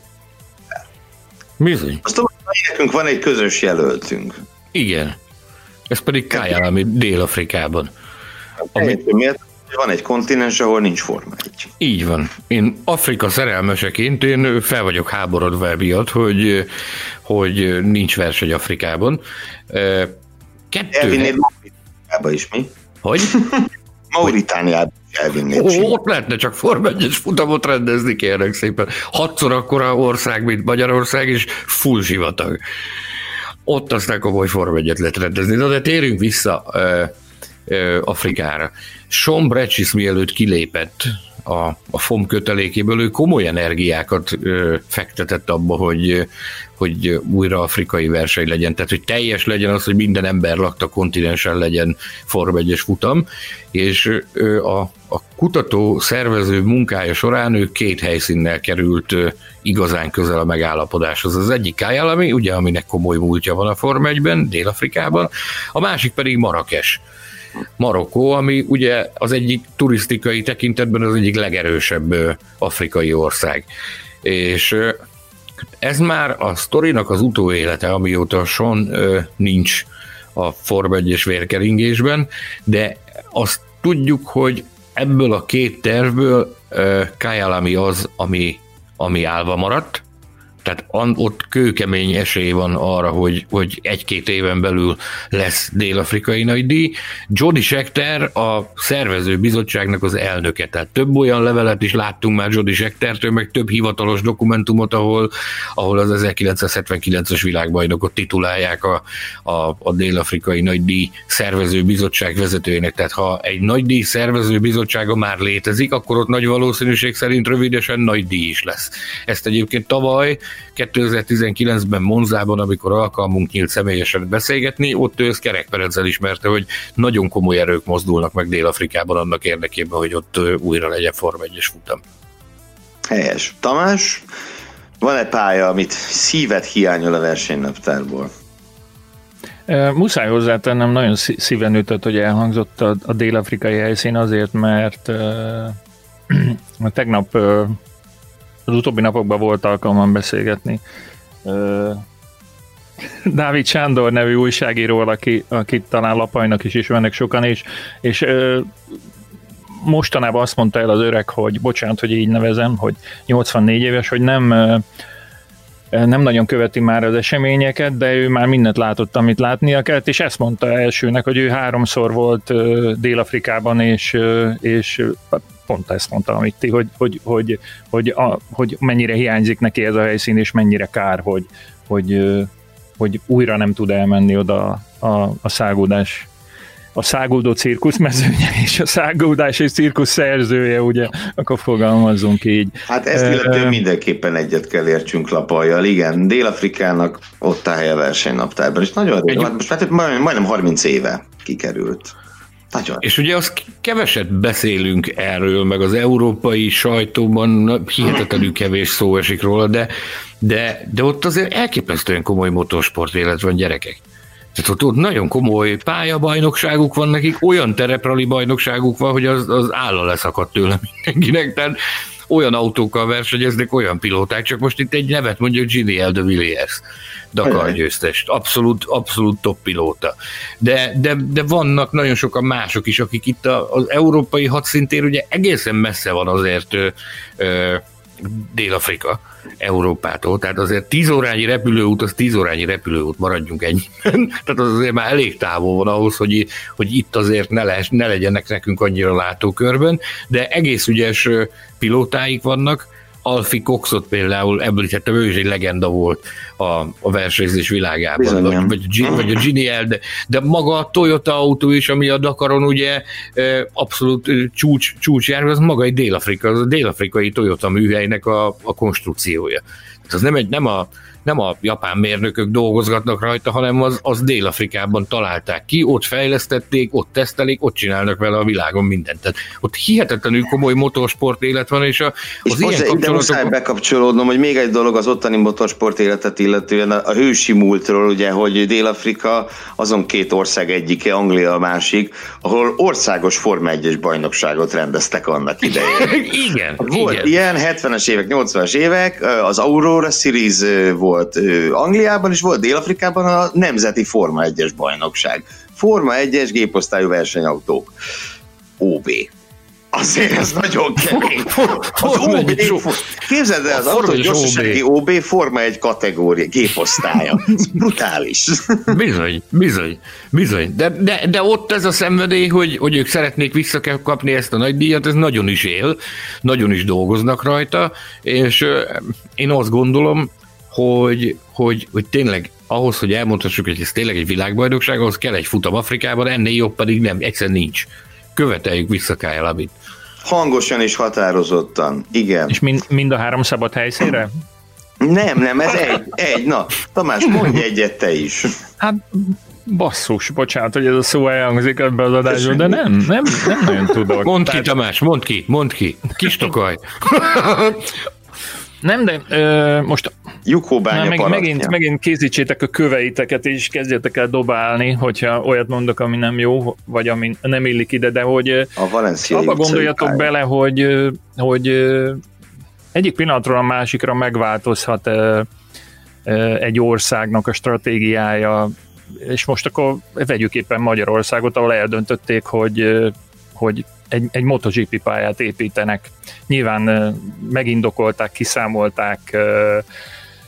Bizony. Azt tudom, hogy nekünk van egy közös jelöltünk. Igen. Ez pedig Kyalami Dél-Afrikában. Ami... Miért? Van egy kontinens, ahol nincs Forma egy. Így van. Én Afrika szerelmeseként én fel vagyok háborodva miatt, hogy, hogy nincs verseny Afrikában. Kettő... Elvinnéd Mauritániába is, mi? Hogy? Mauritániába is elvinnéd. Ó, ott lehetne csak Forma egyes futamot rendezni, kérlek szépen. Hatszor akkora ország, mint Magyarország, és full sivatag. Ott aztán komoly Forma egyet lehet rendezni. Na, de térjünk vissza ö, ö, Afrikára. Sean Breccis mielőtt kilépett a, a F O M kötelékéből, ő komoly energiákat ö, fektetett abba, hogy, hogy újra afrikai verseny legyen, tehát hogy teljes legyen az, hogy minden ember lakta kontinensen legyen Forma egyes futam, és ö, a, a kutató szervező munkája során ő két helyszínnel került ö, igazán közel a megállapodáshoz. Az egyik Kyalami, ugye, aminek komoly múltja van a Forma egyben, Dél-Afrikában, a másik pedig Marrakes. Marokkó, ami ugye az egyik turisztikai tekintetben az egyik legerősebb afrikai ország. És ez már a sztorinak az utóélete, amióta Sean nincs a Forma egyes vérkeringésben, de azt tudjuk, hogy ebből a két tervből Kyalami az, ami, ami állva maradt, tehát ott kőkemény esély van arra, hogy, hogy egy-két éven belül lesz dél-afrikai nagydíj. Jody Scheckter a szervező bizottságnak az elnöke, tehát több olyan levelet is láttunk már Jody Schecktertől, meg több hivatalos dokumentumot, ahol, ahol az ezerkilencszázhetvenkilences világbajnokot titulálják a, a, a dél-afrikai nagydíj szervező bizottság vezetőjének. Tehát ha egy nagydíj szervező bizottsága már létezik, akkor ott nagy valószínűség szerint rövidesen nagydíj is lesz. Ezt egyébként tavaly kétezer-tizenkilencben Monzában, amikor alkalmunk nyílt személyesen beszélgetni, ott ő ezt kerekpereccel ismerte, hogy nagyon komoly erők mozdulnak meg Dél-Afrikában annak érdekében, hogy ott újra legyen Forma egyes futam. Helyes. Tamás, van egy pálya, amit szíved hiányol a versenynaptárból? Muszáj hozzátennem, nagyon szíven ütött, hogy elhangzott a, a dél-afrikai helyszín azért, mert uh, tegnap uh, az utóbbi napokban volt alkalmam beszélgetni uh, Dávid Sándor nevű újságíróval, aki, akit talán Lapajnak is ismernek sokan, és, és uh, mostanában azt mondta el az öreg, hogy bocsánat, hogy így nevezem, hogy nyolcvannégy éves, hogy nem uh, nem nagyon követi már az eseményeket, de ő már mindent látott, amit látnia kellett, és ezt mondta elsőnek, hogy ő háromszor volt uh, Dél-Afrikában, és, uh, és uh, pont ezt mondta, amit ti, hogy, hogy, hogy, hogy, a, hogy mennyire hiányzik neki ez a helyszín, és mennyire kár, hogy, hogy, uh, hogy újra nem tud elmenni oda a, a szágódás, a száguldó cirkusz mezőnye, és a száguldás és cirkusz szerzője, ugye, akkor fogalmazzunk így. Hát ezt illetően uh, mindenképpen egyet kell értsünk Lapajjal, igen, Dél-Afrikának ott áll a versenynaptárban, és nagyon rég, most hát majdnem harminc éve kikerült. Nagyon. És ugye azt keveset beszélünk erről, meg az európai sajtóban hihetetlenül kevés szó esik róla, de, de, de ott azért elképesztően komoly motorsport élet van, gyerekek. Tehát ott, ott nagyon komoly pályabajnokságuk van nekik, olyan tereprali bajnokságuk van, hogy az, az álla leszakadt tőle mindenkinek, tehát olyan autókkal versenyeznek, olyan pilóták, csak most itt egy nevet mondjuk Giniel de Villiers, Dakar győztes, abszolút, abszolút top pilóta. De, de, de vannak nagyon sokan mások is, akik itt az európai hadszintér ugye egészen messze van azért ö, ö, Dél-Afrika Európától, tehát azért tíz órányi repülőút, az tíz órányi repülőút, maradjunk ennyiben. Tehát az azért már elég távol van ahhoz, hogy, hogy itt azért ne, le, ne legyenek nekünk annyira látókörben, de egész ügyes pilótáik vannak. Alfie Coxot például említettem, ő is egy legenda volt a, a versenyzés világában, Bizony, vagy, vagy, vagy a Giniel, de, de maga a Toyota autó is, ami a Dakaron ugye abszolút csúcs, csúcsjáró, az maga egy dél-afrika, az a dél-afrikai Toyota műhelynek a, a konstrukciója. Tehát az nem, egy, nem a nem a japán mérnökök dolgozgatnak rajta, hanem az, az Dél-Afrikában találták ki, ott fejlesztették, ott tesztelik, ott csinálnak vele a világon mindent. Tehát ott hihetetlenül komoly motorsport élet van, és, a, az és ilyen kapcsolatok... ide muszáj bekapcsolódnom, hogy még egy dolog az ottani motorsport életet illetően, a, a hősi múltról, ugye, hogy Dél-Afrika azon két ország egyike, Anglia a másik, ahol országos Forma egyes bajnokságot rendeztek annak idején. Igen, volt igen. ilyen, hetvenes évek, nyolcvanas évek, az Aurora Series volt Angliában, és volt Dél-Afrikában a Nemzeti Forma egyes bajnokság. Forma egyes géposztályú versenyautók. ó bé. Azért ez nagyon kemény. Az ó bé, képzeld el, az autó gyorsasági ó bé Forma egy kategória, géposztálya. Ez brutális. Bizony, bizony, bizony. De, de, de ott ez a szenvedély, hogy, hogy ők szeretnék visszakapni ezt a nagy díjat, ez nagyon is él, nagyon is dolgoznak rajta, és én azt gondolom, Hogy, hogy, hogy tényleg ahhoz, hogy elmondhassuk, hogy ez tényleg egy világbajnokság, ahhoz kell egy futam Afrikában, ennél jobb pedig nem, egyszerűen nincs. Követeljük vissza Kyle Labit. Hangosan és határozottan, igen. És mind, mind a három szabad helyszínre? Nem, nem, ez egy, egy, na, Tamás, mondj egyet te is. Hát basszus, bocsánat, hogy ez a szó elhangzik ebbe az adásba, de nem, nem, nem nagyon tudok. Mondd ki, Tamás, mondd ki, mondd ki, Kistokaj. Nem, de ö, most Jukhóbánya meg, megint, megint készítsétek a köveiteket, és kezdjetek el dobálni, hogyha olyat mondok, ami nem jó, vagy ami nem illik ide, de hogy abba gondoljatok bele, hogy, hogy egyik pillanatról a másikra megváltozhat egy országnak a stratégiája, és most akkor vegyük éppen Magyarországot, ahol eldöntötték, hogy, hogy egy, egy MotoGP pályát építenek. Nyilván megindokolták, kiszámolták,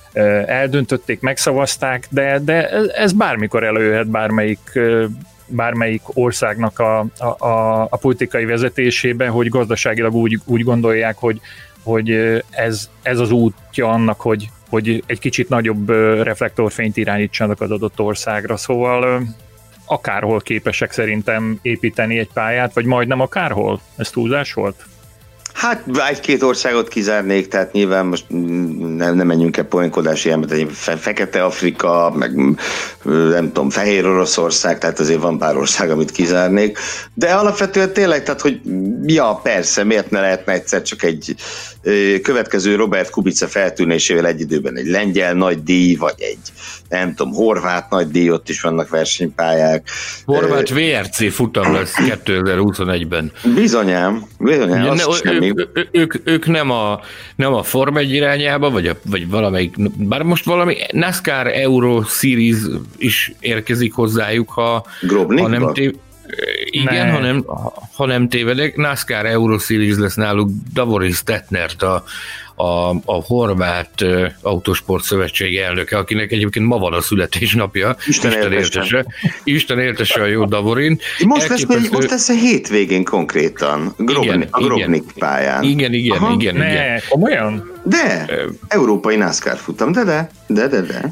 eldöntötték, megszavazták, de, de ez bármikor előjöhet bármelyik, bármelyik országnak a, a, a politikai vezetésébe, hogy gazdaságilag úgy, úgy gondolják, hogy, hogy ez, ez az útja annak, hogy, hogy egy kicsit nagyobb reflektorfényt irányítsanak az adott országra. Szóval akárhol képesek szerintem építeni egy pályát, vagy majdnem akárhol. Ez túlzás volt? Hát egy-két országot kizárnék, tehát nyilván most nem, nem menjünk el poénkodás ilyenbe, tehát Fekete Afrika, meg nem tudom, Fehér Oroszország, tehát azért van pár ország, amit kizárnék, de alapvetően tényleg, tehát hogy ja, persze, miért ne lehetne egyszer csak egy következő Robert Kubica feltűnésével egy időben egy lengyel nagy díj, vagy egy nem tudom, horvát nagy díj, ott is vannak versenypályák. Horvát vé er cé futam lesz kétezer-huszonegyben. Bizonyám, bizonyám. Ja, ne, ő, ő, ők, ők nem a, nem a Forma egy irányába, vagy, a, vagy valamelyik, bár most valami NASCAR Euro Series is érkezik hozzájuk, ha, ha nem tév... Igen, ne. ha, nem, ha nem tévedek, NASCAR Euro Series lesz náluk. Davorin Stettnert, a, a, a horvát uh, autósport szövetség elnöke, akinek egyébként ma van a születésnapja. Isten, Isten éltesse. Isten éltesse a jó Davorin. Most lesz, Elképesztő... most lesz a hétvégén konkrétan, Grobni, igen, a Grobnik igen, pályán. Igen, igen, Aha. igen. Ne, igen. Komolyan? De, uh, európai NASCAR futam, de, de, de, de, de.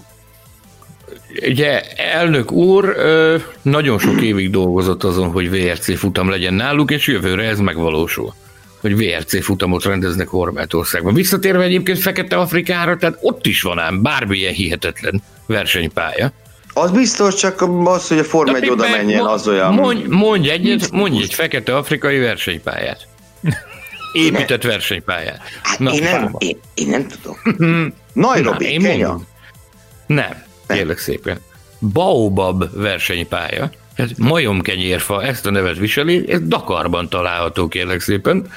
Ugye, elnök úr nagyon sok évig dolgozott azon, hogy vé er cé futam legyen náluk, és jövőre ez megvalósul, hogy vé er cé futamot rendeznek Horvátországban. Visszatérve egyébként Fekete-Afrikára, tehát ott is van ám bármilyen hihetetlen versenypálya. Az biztos, csak az, hogy a Forma egy oda menjen, az olyan... Mondj, mondj egyet, mondj egy fekete-afrikai versenypályát. Épített versenypályát. Hát Na, én, nem, én, én nem tudom. Nairobi, Na, Kenya? Nem. Kérlek szépen. Baobab versenypálya, ez majomkenyérfa, ezt a nevet viseli, ez Dakarban található, kérlek szépen.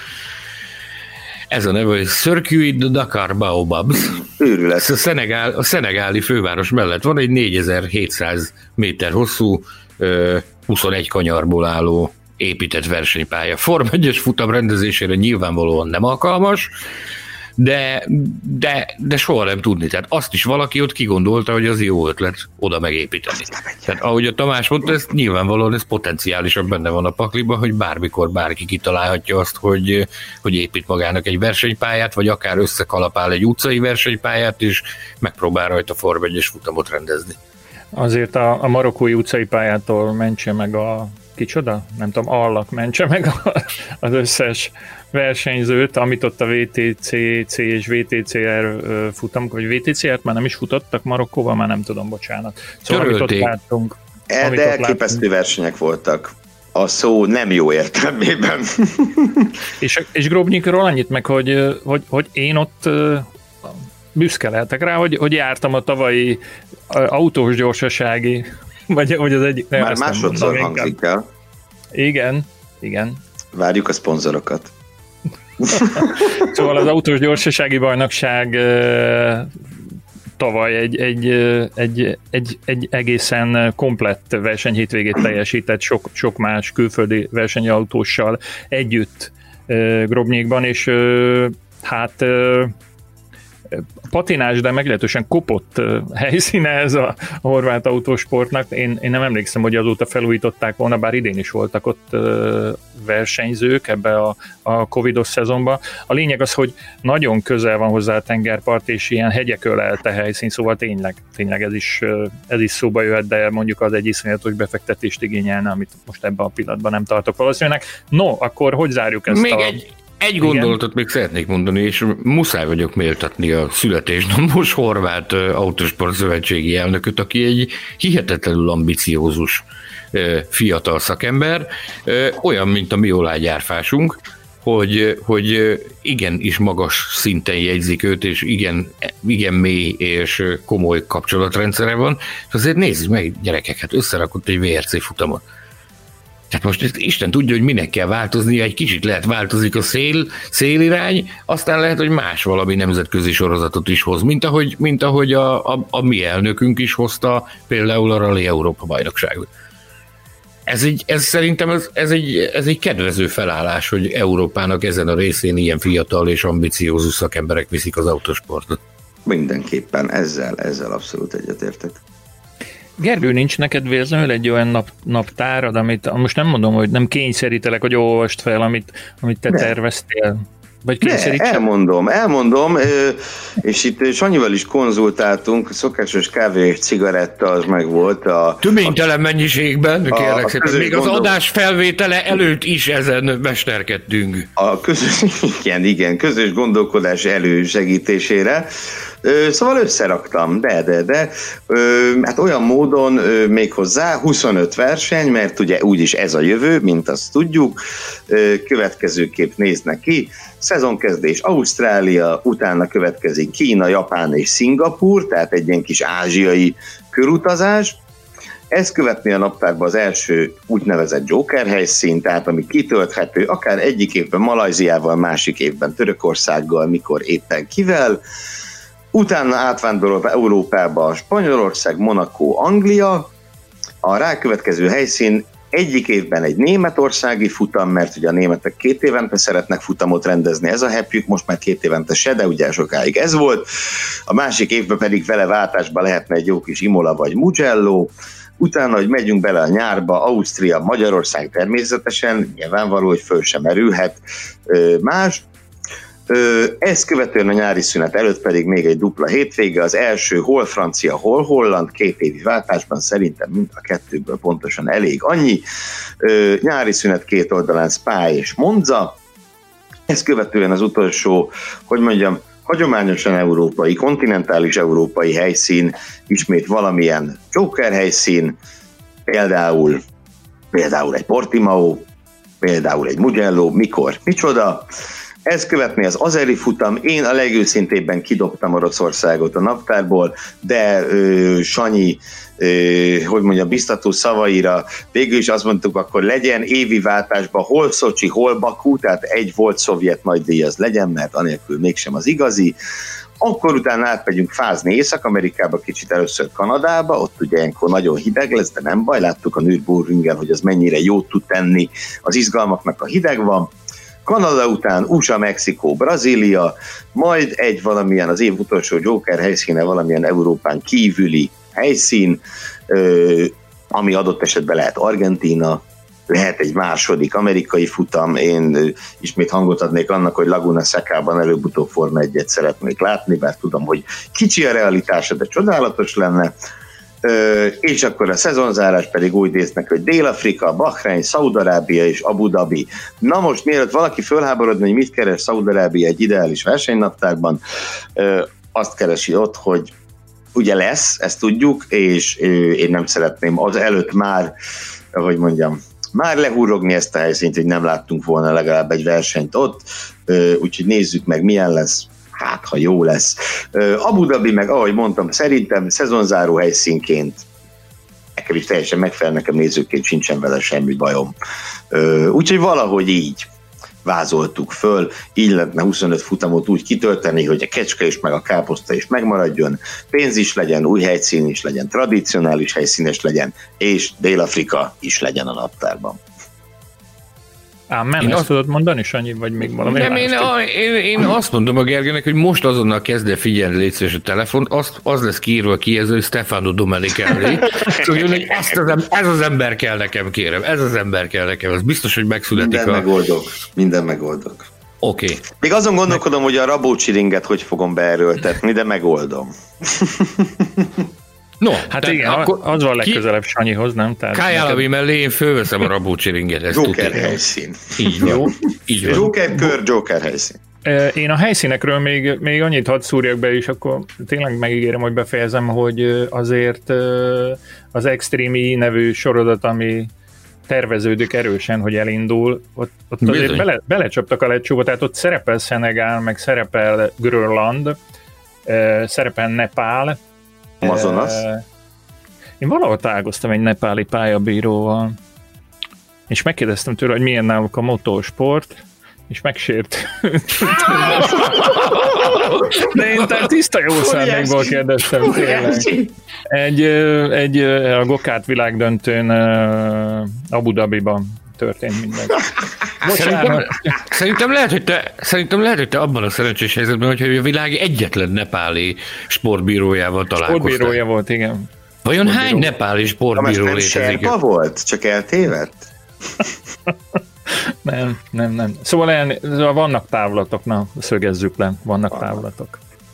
Ez a neve, hogy Circuit de Dakar Baobabs. Őrület. Ez a, Szenegál, a szenegáli főváros mellett van egy négyezer-hétszáz méter hosszú, huszonegy kanyarból álló épített versenypálya. Forma egyes futam rendezésére nyilvánvalóan nem alkalmas, De, de, de soha nem tudni. Tehát azt is valaki ott kigondolta, hogy az jó ötlet oda megépíteni. Tehát ahogy a Tamás mondta, ez nyilvánvalóan ez potenciálisan benne van a pakliban, hogy bármikor bárki kitalálhatja azt, hogy, hogy épít magának egy versenypályát, vagy akár összekalapál egy utcai versenypályát, és megpróbál rajta Forma egyes futamot rendezni. Azért a, a marokkói utcai pályától mentse meg a kicsoda? Nem tudom, Allak mentse meg a, az összes versenyzőt, amit ott a vé té cé cé és vé té cé er futam, vagy vé té cé er-t már nem is futottak Marokkóval, már nem tudom, bocsánat. Szóval amit ott láttunk. E, de elképesztő versenyek voltak. A szó nem jó értelmében. és, és Grobnikról annyit meg, hogy, hogy, hogy én ott büszke lehetek rá, hogy, hogy jártam a tavalyi autós gyorsasági, vagy hogy az egyik... Már másodszor hangzik el. Igen, igen. Várjuk a szponzorokat. Szóval az autós gyorsasági bajnokság tavaly egy, egy, egy, egy, egy egészen komplett versenyhétvégét teljesített sok, sok más külföldi versenyautóssal együtt Grobnyékban, és hát patinás, de meglehetősen kopott helyszíne ez a horvát autósportnak. Én, én nem emlékszem, hogy azóta felújították volna, bár idén is voltak ott versenyzők ebbe a, a covidos szezonban. A lényeg az, hogy nagyon közel van hozzá a tengerpart, és ilyen hegyek ölelte helyszín, szóval tényleg, tényleg ez is, ez is szóba jöhet, de mondjuk az egy iszonyatos befektetést igényelne, amit most ebben a pillanatban nem tartok valószínűleg. No, akkor hogy zárjuk ezt Még a... egy... Egy gondolatot még szeretnék mondani, és muszáj vagyok méltatni a születésnapos horvát autósport szövetségi elnököt, aki egy hihetetlenül ambiciózus fiatal szakember, olyan, mint a mi olajgyárfásunk, hogy, hogy igen is magas szinten jegyzik őt, és igen, igen mély és komoly kapcsolatrendszere van, és azért nézzük meg, gyerekek, hát összerakott egy vé er cé futamot. Tehát most ezt Isten tudja, hogy minek kell változnia, egy kicsit lehet változik a szél, szélirány, aztán lehet, hogy más valami nemzetközi sorozatot is hoz, mint ahogy, mint ahogy a, a, a mi elnökünk is hozta például a Rally Európa bajnokságot. Ez, egy, ez szerintem ez, ez, egy, ez egy kedvező felállás, hogy Európának ezen a részén ilyen fiatal és ambiciózus szakemberek viszik az autósportot. Mindenképpen, ezzel, ezzel abszolút egyetértek. Gergő, nincs neked véletlenül egy olyan nap, naptárad, amit most nem mondom, hogy nem kényszerítelek, hogy olvast fel, amit, amit te ne. terveztél? Vagy kényszerítsem? Elmondom, elmondom, és itt Sanyival is konzultáltunk, szokásos kávé és cigaretta az meg volt. A, Töménytelen mennyiségben, kérlek szépen, még gondol... az adás felvétele előtt is ezen mesterkedtünk. A közös, igen, igen, közös gondolkodás elősegítésére. Szóval összeraktam, de, de, de, hát olyan módon méghozzá huszonöt verseny, mert ugye úgyis ez a jövő, mint azt tudjuk, következőképp néznek ki. Szezonkezdés Ausztrália, utána következik Kína, Japán és Szingapúr, tehát egy ilyen kis ázsiai körutazás. Ez követni a naptárban az első úgynevezett Joker helyszín, tehát ami kitölthető akár egyik évben Malajziával, másik évben Törökországgal, mikor éppen kivel. Utána átvándorol Európába Spanyolország, Monaco, Anglia. A rákövetkező helyszín egyik évben egy németországi futam, mert ugye a németek két évente szeretnek futamot rendezni, ez a heppjük, most már két évente se, de ugye sokáig ez volt. A másik évben pedig vele váltásba lehetne egy jó kis Imola vagy Mugello. Utána, hogy megyünk bele a nyárba, Ausztria, Magyarország természetesen, nyilvánvaló, hogy föl sem merülhet más. Ezt követően a nyári szünet előtt pedig még egy dupla hétvége, az első hol francia, hol holland, két évi váltásban szerintem mind a kettőből pontosan elég annyi. Nyári szünet két oldalán Spa és Monza, ezt követően az utolsó, hogy mondjam, hagyományosan európai, kontinentális európai helyszín, ismét valamilyen Joker helyszín, például, például egy Portimao, például egy Mugello, mikor, micsoda. Ez követni az azeri futam, én a legőszintébben kidobtam Oroszországot a naptárból, de ö, Sanyi, ö, hogy mondjam, biztató szavaira végül is azt mondtuk, akkor legyen évi váltásban hol Szocsi, hol Bakú, tehát egy volt szovjet nagydíj az legyen, mert anélkül mégsem az igazi. Akkor utána átmegyünk fázni Észak-Amerikába, kicsit először Kanadába, ott ugye ilyenkor nagyon hideg lesz, de nem baj, láttuk a Nürburgringen, hogy az mennyire jót tud tenni, az izgalmaknak a hideg van. Kanada után u es á, Mexikó, Brazília, majd egy valamilyen, az év utolsó Joker helyszíne valamilyen Európán kívüli helyszín, ami adott esetben lehet Argentína, lehet egy második amerikai futam, én ismét hangot adnék annak, hogy Laguna Secában előbb-utóbb Forma egyet szeretnék látni, bár tudom, hogy kicsi a realitása, de csodálatos lenne. Ö, és akkor a szezonzárás pedig úgy néznek, hogy Dél-Afrika, Bahrein, Szaúd-Arábia és Abu Dhabi. Na most, mielőtt valaki fölháborodna, hogy mit keres Szaúd-Arábia egy ideális versenynaptárban, ö, azt keresi ott, hogy ugye lesz, ezt tudjuk, és ö, én nem szeretném az előtt már, hogy mondjam, már lehúrogni ezt a helyszínt, hogy nem láttunk volna legalább egy versenyt ott, ö, úgyhogy nézzük meg, milyen lesz. Hát, ha jó lesz. Abu Dhabi meg, ahogy mondtam, szerintem szezonzáró helyszínként nekem is teljesen megfelel, nekem nézőként sincsen vele semmi bajom. Úgyhogy valahogy így vázoltuk föl, így lehetne huszonöt futamot úgy kitölteni, hogy a kecske is, meg a káposzta is megmaradjon, pénz is legyen, új helyszín is legyen, tradicionális helyszínes legyen, és Dél-Afrika is legyen a naptárban. Ám, nem ezt azt... tudod mondani, Sanyi, vagy még valami? Nem, én, a, én, én azt mondom a Gergőnek, hogy most azonnal kezd el figyelni, légy szíves a telefont, az, az lesz kiírva ki, ez a Stefano Domenicali. Szóval, hogy ezt az, ez az ember kell nekem, kérem, ez az ember kell nekem, az biztos, hogy megszületik. Minden a... megoldok, minden megoldok. Oké. Okay. Még azon gondolkodom, hogy a Rabócsi ringet hogy fogom beerőltetni, de megoldom. No, hát igen, akkor az van legközelebb ki... Sanyihoz, nem? Kájálami neked... mellé én fölveszem a Rabócsi ringet. Joker helyszín. Így jó. Így van. Joker kör, Joker helyszín. Én a helyszínekről még, még annyit hadd szúrjak be, és akkor tényleg megígérem, hogy befejezem, hogy azért az Extreme E nevű sorozat, ami terveződik erősen, hogy elindul, ott, ott azért bele, belecsaptak a lecsóba, tehát ott szerepel Szenegál, meg szerepel Grönland, szerepel Nepál. Amazonas. Én valahol találkoztam egy nepáli pályabíróval, és megkérdeztem tőle, hogy milyen náluk a motorsport, és megsért. De én tehát tiszta jó szándékból kérdeztem tényleg. Egy, egy a gokárt világdöntőn Abu Dhabiban történt mindez. Szerintem, szerintem, lehet, hogy te, szerintem lehet, hogy te abban a szerencsés helyzetben, hogy a világ egyetlen nepáli sportbírójával találkoztál. Sportbírója volt, igen. Vajon Sportbíró. Hány nepáli sportbíró nem létezik? Serpa volt? Csak eltévedt? nem, nem, nem. Szóval olyan, vannak távlatok, na, szögezzük le, vannak távlatok.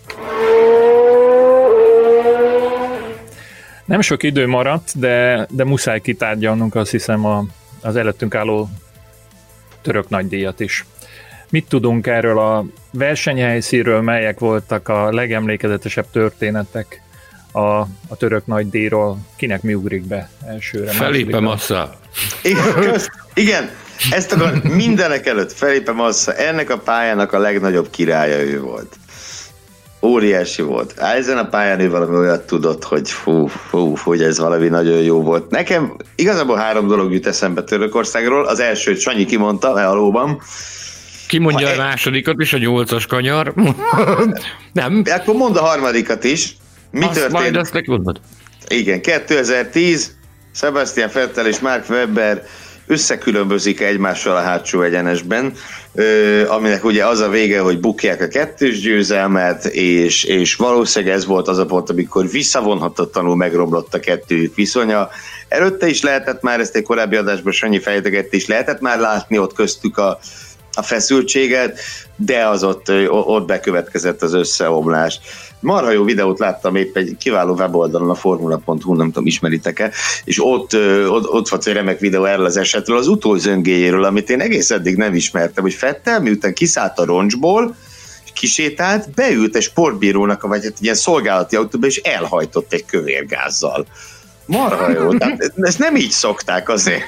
Nem sok idő maradt, de, de muszáj kitárgyalnunk, azt hiszem, a, az előttünk álló török nagydíjat is. Mit tudunk erről a versenyhelyszínről, melyek voltak a legemlékezetesebb történetek a, a török nagydíjról? Kinek mi ugrik be elsőre? Felipe Massa. Igen, igen, ezt akar mindenek előtt Felipe Massa, ennek a pályának a legnagyobb királya ő volt. Óriási volt. Ezen a pályán ő valami olyat tudott, hogy fú, fú, hogy ez valami nagyon jó volt. Nekem igazából három dolog jut eszembe Törökországról. Az elsőt Sanyi kimondta, valóban. Ki mondja ha a másodikat is, a nyolcas kanyar? Nem. Akkor mondd a harmadikat is. Mi azt történt? Majd azt mondod. Igen, kétezer-tíz, Sebastian Vettel és Mark Webber összekülönbözik egymással a hátsó egyenesben, aminek ugye az a vége, hogy bukják a kettős győzelmet, és, és valószínűleg ez volt az a pont, amikor visszavonhatatlanul megromlott a kettőjük viszonya. Előtte is lehetett már, ezt egy korábbi adásban Sanyi fejtegett is, lehetett már látni ott köztük a, a feszültséget, de az ott, ott bekövetkezett az összeomlás. Marha jó videót láttam épp egy kiváló weboldalon, a formula pont hu, nem tudom, ismeritek-e, és ott, ott, ott volt egy remek videó erről az esetről, az utolzöngéjéről, amit én egész eddig nem ismertem, hogy Vettel miután kiszállt a roncsból, kisétált, beült egy sportbírónak, vagy egy ilyen szolgálati autóba, és elhajtott egy kövérgázzal. Marha jó, tehát ezt nem így szokták azért.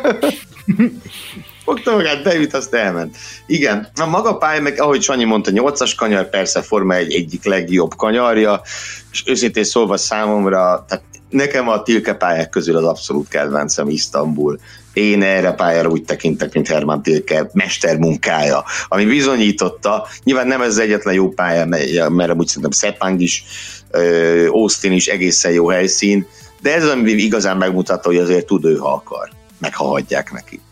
Fogta magát, beült, azt elment. Igen, a maga pálya, meg ahogy Sanyi mondta, nyolcas kanyar, persze Forma egy egyik legjobb kanyarja, és őszintén szólva számomra, tehát nekem a Tilke pályák közül az abszolút kedvencem Isztambul. Én erre a pályára úgy tekintek, mint Hermann Tilke mestermunkája, ami bizonyította, nyilván nem ez az egyetlen jó pálya, mert amúgy szerintem Sepang is, Austin is egészen jó helyszín, de ez az, ami igazán megmutatta, hogy azért tud ő, ha akar, meg ha hagyják neki.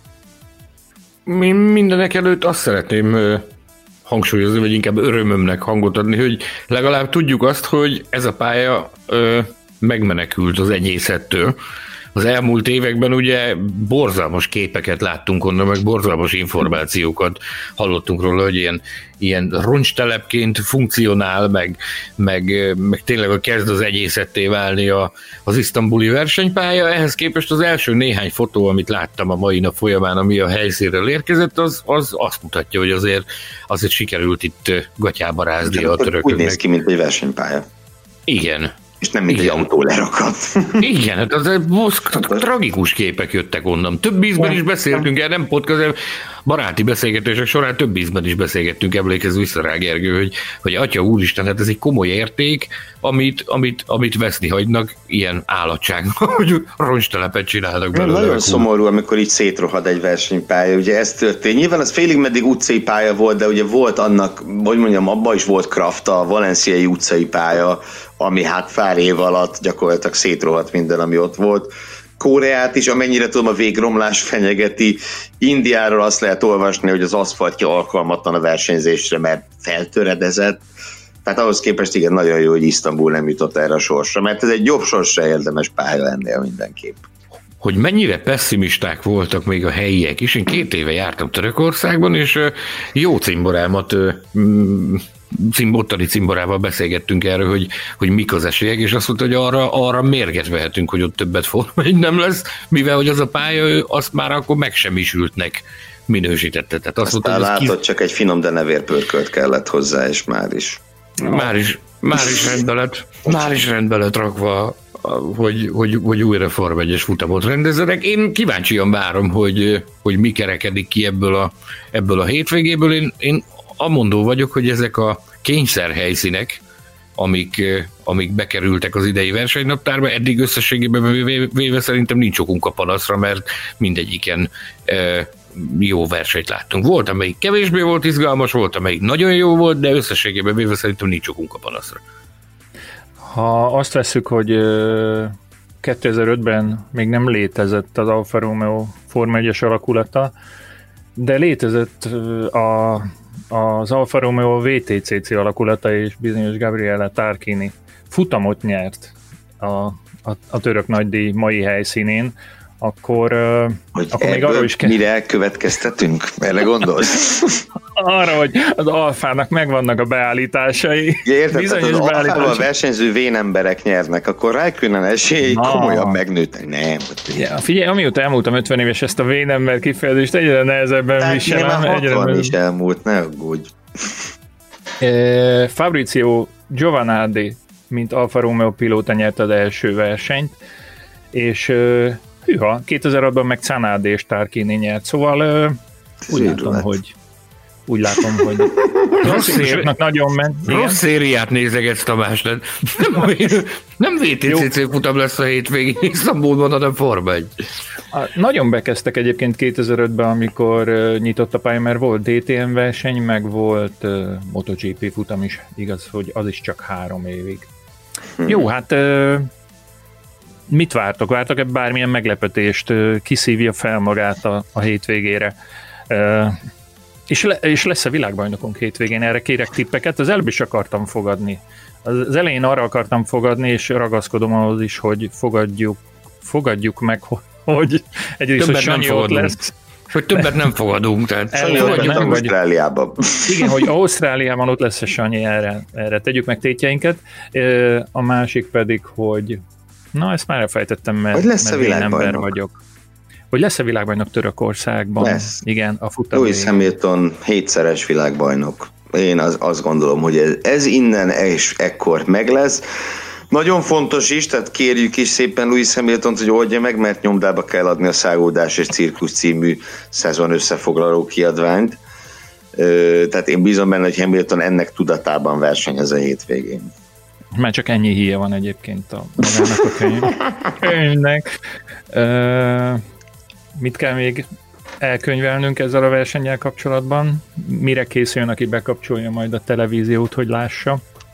Én mindenek előtt azt szeretném hangsúlyozni, vagy inkább örömömnek hangot adni, hogy legalább tudjuk azt, hogy ez a pálya ö, megmenekült az enyészettől. Az elmúlt években ugye borzalmas képeket láttunk onnan, meg borzalmas információkat hallottunk róla, hogy ilyen, ilyen roncstelepként funkcionál, meg, meg, meg tényleg kezd az enyészetté válni a, az isztambuli versenypálya. Ehhez képest az első néhány fotó, amit láttam a mai nap folyamán, ami a helyszínről érkezett, az, az azt mutatja, hogy azért, azért sikerült itt gatyába rázni a törököknek. Úgy néz ki, mint egy versenypálya. Igen. És nem mint egy autó lerakat. Igen, hát az, az tragikus képek jöttek onnan. Több ízben is beszéltünk el, nem podcast, baráti beszélgetések során több ízben is beszélgettünk, emlékezz vissza rá, Gergő, hogy, hogy atya úristen, hát ez egy komoly érték, amit, amit, amit veszni hagynak ilyen állatság, hogy roncstelepet csinálnak belőle. Nagyon szomorú, amikor így szétrohad egy versenypálya, ugye ez történt. Nyilván az félig meddig utcai pálya volt, de ugye volt annak, hogy mondjam, abban is volt kraft, a valenciai utcai pálya, ami hát pár év alatt gyakorlatilag szétrohadt minden, ami ott volt. Koreát is, amennyire tudom, a végromlás fenyegeti. Indiáról azt lehet olvasni, hogy az aszfaltja alkalmatlan a versenyzésre, mert feltöredezett. Tehát ahhoz képest igen, nagyon jó, hogy Isztambul nem jutott erre a sorsra, mert ez egy jobb sorsra érdemes pálya ennél mindenképp. Hogy mennyire pessimisták voltak még a helyiek is. Én két éve jártam Törökországban, és jó cimborámat ottani cimborával beszélgettünk erről, hogy, hogy mik az esélyek, és azt mondta, hogy arra, arra mérget vehetünk, hogy ott többet Forma egy nem lesz, mivel hogy az a pálya, ő azt már akkor megsemmisültnek minősítette. Tehát azt mondta, mondta, hogy látod, kiz... csak egy finom, de nevérpörkölt kellett hozzá, és már is. Már is, már is rendbe lett, már is rendbe lett rakva, hogy, hogy, hogy újra Forma egyes futamot rendezzenek. Én kíváncsian várom, hogy, hogy mi kerekedik ki ebből a, ebből a hétvégéből. Én, én amondó vagyok, hogy ezek a kényszerhelyszínek, amik, amik bekerültek az idei versenynaptárba, eddig összességében véve szerintem nincs okunk a panaszra, mert mindegyiken e, jó versenyt láttunk. Volt, amelyik kevésbé volt izgalmas, volt, amelyik nagyon jó volt, de összességében véve szerintem nincs okunk a panaszra. Ha azt vesszük, hogy kétezer-ötben még nem létezett az Alfa Romeo Forma egyes alakulata, de létezett a, az Alfa Romeo vé té cé cé alakulata, és bizonyos Gabriele Tarquini futamot nyert a, a, a török nagydíj mai helyszínén, akkor, hogy akkor még arról is kell... mire következtetünk? Erre gondolsz? Arra, hogy az Alfának megvannak a beállításai. Érted, bizonyos az Alfával versenyző vén emberek nyernek, akkor Räikkönen esélyei komolyan megnőttek. Nem. Ja, figyelj, amióta elmúltam ötven éves ezt a vén ember kifejezést, egyre nehezebben viselem. hatvan is elmúlt, ne aggódj. E, Fabrizio Giovanardi, mint Alfa Romeo pilóta nyert az első versenyt, és hűha, kétezer-hatban meg Zanardi és Tarquini nyert, szóval uh, úgy látom, hogy úgy látom, hogy klasszikusoknak nagyon ment. Rossz szériát nézegetsz, Tamás, nem, nem vé té cé cé futam lesz a hétvégén Isztambulban, hanem Forma egy. Nagyon bekezdtek egyébként kétezer-ötben, amikor uh, nyitott a pálya, mert volt dé té em verseny, meg volt uh, MotoGP futam is, igaz, hogy az is csak három évig. Hmm. Jó, hát uh, mit vártok? Vártok-e bármilyen meglepetést? Kiszívja fel magát a, a hétvégére? Uh, és, le, és lesz-e világbajnokunk hétvégén? Erre kérek tippeket. Az előbb is akartam fogadni. Az elején arra akartam fogadni, és ragaszkodom ahhoz is, hogy fogadjuk, fogadjuk meg, hogy egyrészt, hogy Sanyi ott lesz. Hogy többet nem fogadunk. Tehát Sanyi ott nem Ausztráliában. Igen, hogy Ausztráliában ott lesz a Sanyi, erre, erre tegyük meg tétjeinket. A másik pedig, hogy na, ezt már elfejtettem, mert, mert én ember vagyok. Hogy lesz-e világbajnok Törökországban? Lesz. Igen, a futam. Lewis Hamilton hétszeres világbajnok. Én az, azt gondolom, hogy ez, ez innen és ekkor meg lesz. Nagyon fontos is, tehát kérjük is szépen Lewis Hamiltont, hogy oldja meg, mert nyomdába kell adni a Szágódás és Cirkusz című szezon összefoglaló kiadványt. Tehát én bízom benne, hogy Hamilton ennek tudatában versenyez a hétvégén. Már csak ennyi híje van egyébként a magának a könyv. könyvnek. Uh, mit kell még elkönyvelnünk ezzel a versennyel kapcsolatban? Mire készüljön, aki bekapcsolja majd a televíziót, hogy lássa?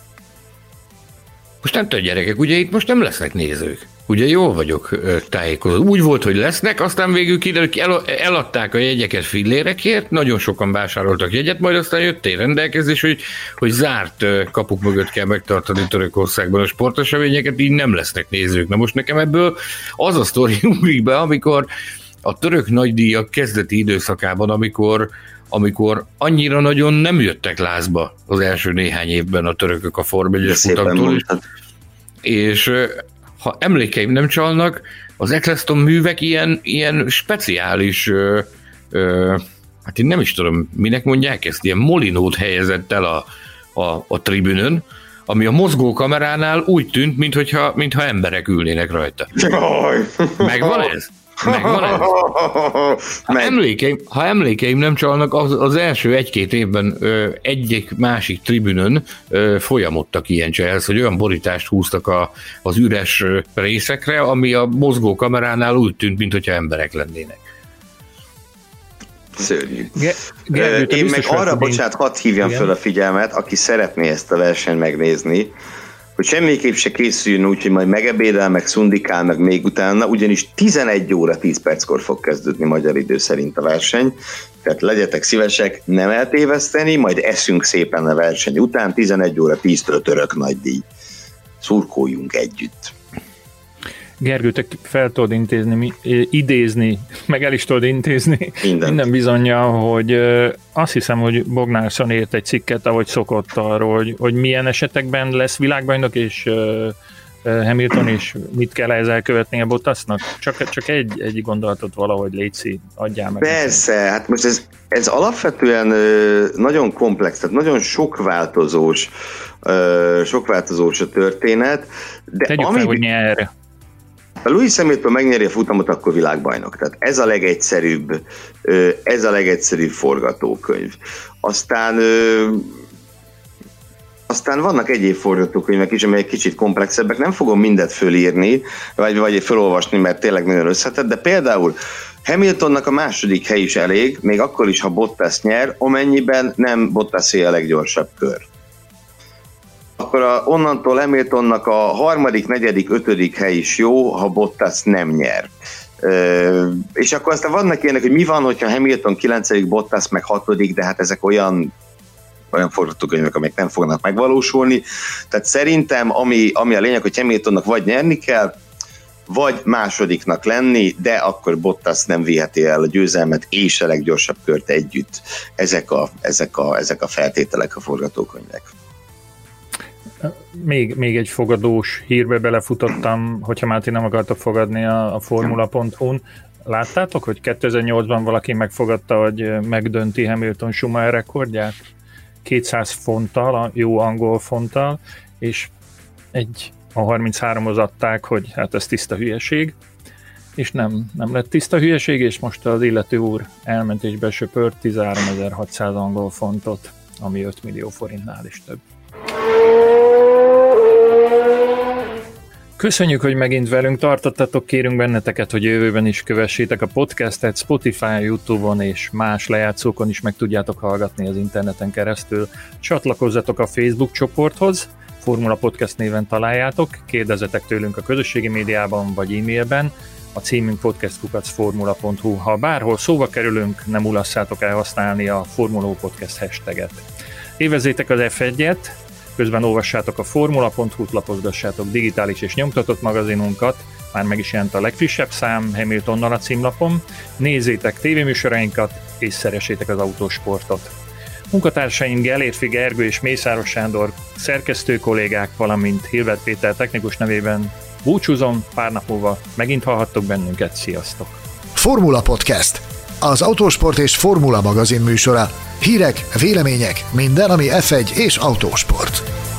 Most nem tudom, gyerekek, ugye itt most nem lesznek nézők. Ugye jól vagyok tájékozó. Úgy volt, hogy lesznek, aztán végül kiderült, el, eladták a jegyeket fillérekért, nagyon sokan vásároltak jegyet, majd aztán jött egy rendelkezés, hogy, hogy zárt kapuk mögött kell megtartani Törökországban a sporteseményeket, így nem lesznek nézők. Na most nekem ebből az a sztori ugrik be, amikor a török nagydíjak kezdeti időszakában, amikor amikor annyira nagyon nem jöttek lázba az első néhány évben a törökök a Forma egyes futamtól. És ha emlékeim nem csalnak, az Eccleston művek ilyen, ilyen speciális, ö, ö, hát én nem is tudom, minek mondják ezt, ilyen molinót helyezett el a, a, a tribünön, ami a mozgó kameránál úgy tűnt, mintha, mintha emberek ülnének rajta. Megvan ez? Megvan ez? Ha emlékeim, ha emlékeim nem csalnak, az, az első egy-két évben ö, egyik másik tribünön ö, folyamodtak ilyen cselsz, hogy olyan borítást húztak a, az üres részekre, ami a mozgó kameránál úgy tűnt, mintha emberek lennének. Szörnyű. Ge- Ge- Én meg arra, bocsánat, hadd hívjam igen. föl a figyelmet, aki szeretné ezt a versenyt megnézni, hogy semmiképp se készüljön úgy, hogy majd megebédel, meg szundikál, meg még utána, ugyanis tizenegy óra tíz perckor fog kezdődni magyar idő szerint a verseny, tehát legyetek szívesek nem eltéveszteni, majd eszünk szépen a verseny után, tizenegy óra tíztől török nagydíj. Szurkoljunk együtt. Gergő, te fel tudod intézni, idézni, meg el is tudod intézni. Minden. Minden bizonnya, hogy azt hiszem, hogy Bognárson írt egy cikket, ahogy szokott arról, hogy, hogy milyen esetekben lesz világbajnok, és Hamilton, és mit kell ezzel követni a Bottasnak? Csak, csak egy, egy gondolatot valahogy létszi, adjál meg. Persze, hát most ez, ez alapvetően nagyon komplex, tehát nagyon sokváltozós, sokváltozós a történet. De tegyük ami... fel, hogy nyer. Ha Lewis Hamilton megnyeri a futamot, akkor világbajnok. Tehát ez a legegyszerűbb, ez a legegyszerűbb forgatókönyv. Aztán, aztán vannak egyéb forgatókönyvek is, amelyek kicsit komplexebbek. Nem fogom mindet fölírni, vagy, vagy fölolvasni, mert tényleg nagyon összetett, de például Hamiltonnak a második hely is elég, még akkor is, ha Bottas nyer, amennyiben nem Bottasé a leggyorsabb kör. akkor a, onnantól Hamiltonnak a harmadik, negyedik, ötödik hely is jó, ha Bottas nem nyer. Ö, és akkor aztán vannak ilyenek, hogy mi van, hogyha Hamilton kilencedik, Bottas meg hatodik, de hát ezek olyan olyan forgatókönyvek, amelyek nem fognak megvalósulni. Tehát szerintem, ami, ami a lényeg, hogy Hamiltonnak vagy nyerni kell, vagy másodiknak lenni, de akkor Bottas nem viheti el a győzelmet és a leggyorsabb kört együtt. Ezek a, ezek a, ezek a feltételek, a forgatókönyvek. Még, még egy fogadós hírbe belefutottam, hogyha Máté nem akartok fogadni a, a formula pont hu-n. Láttátok, hogy kétezer-nyolcban valaki megfogadta, hogy megdönti Hamilton Schumacher rekordját? kétszáz fonttal, a jó angol fonttal, és egy a harminchárom-hoz adták, hogy hát ez tiszta hülyeség, és nem, nem lett tiszta hülyeség, és most az illető úr elment és besöpört tizenháromezer-hatszáz angol fontot, ami öt millió forintnál is több. Köszönjük, hogy megint velünk tartottatok, kérünk benneteket, hogy jövőben is kövessétek a podcastet, Spotify, YouTube-on és más lejátszókon is meg tudjátok hallgatni az interneten keresztül. Csatlakozzatok a Facebook csoporthoz, Formula Podcast néven találjátok, kérdezzetek tőlünk a közösségi médiában vagy e-mailben, a címünk podcast kukac formula pont hu. Ha bárhol szóba kerülünk, nem ulasszátok el használni a Formula Podcast hashtaget. Évezzétek az ef egyet, közben olvassátok a formula pont hu-t, lapozgassátok digitális és nyomtatott magazinunkat, már meg is jelent a legfrissebb szám Hamiltonnal a címlapon, nézzétek tévéműsorainkat és szeressétek az autósportot. Munkatársaim Gellérfi Gergő és Mészáros Sándor szerkesztő kollégák, valamint Hilbert Péter technikus nevében búcsúzom, pár nap múlva megint hallhattok bennünket, sziasztok! Formula Podcast, az autósport és formula magazin műsora. Hírek, vélemények, minden, ami ef egy és autósport.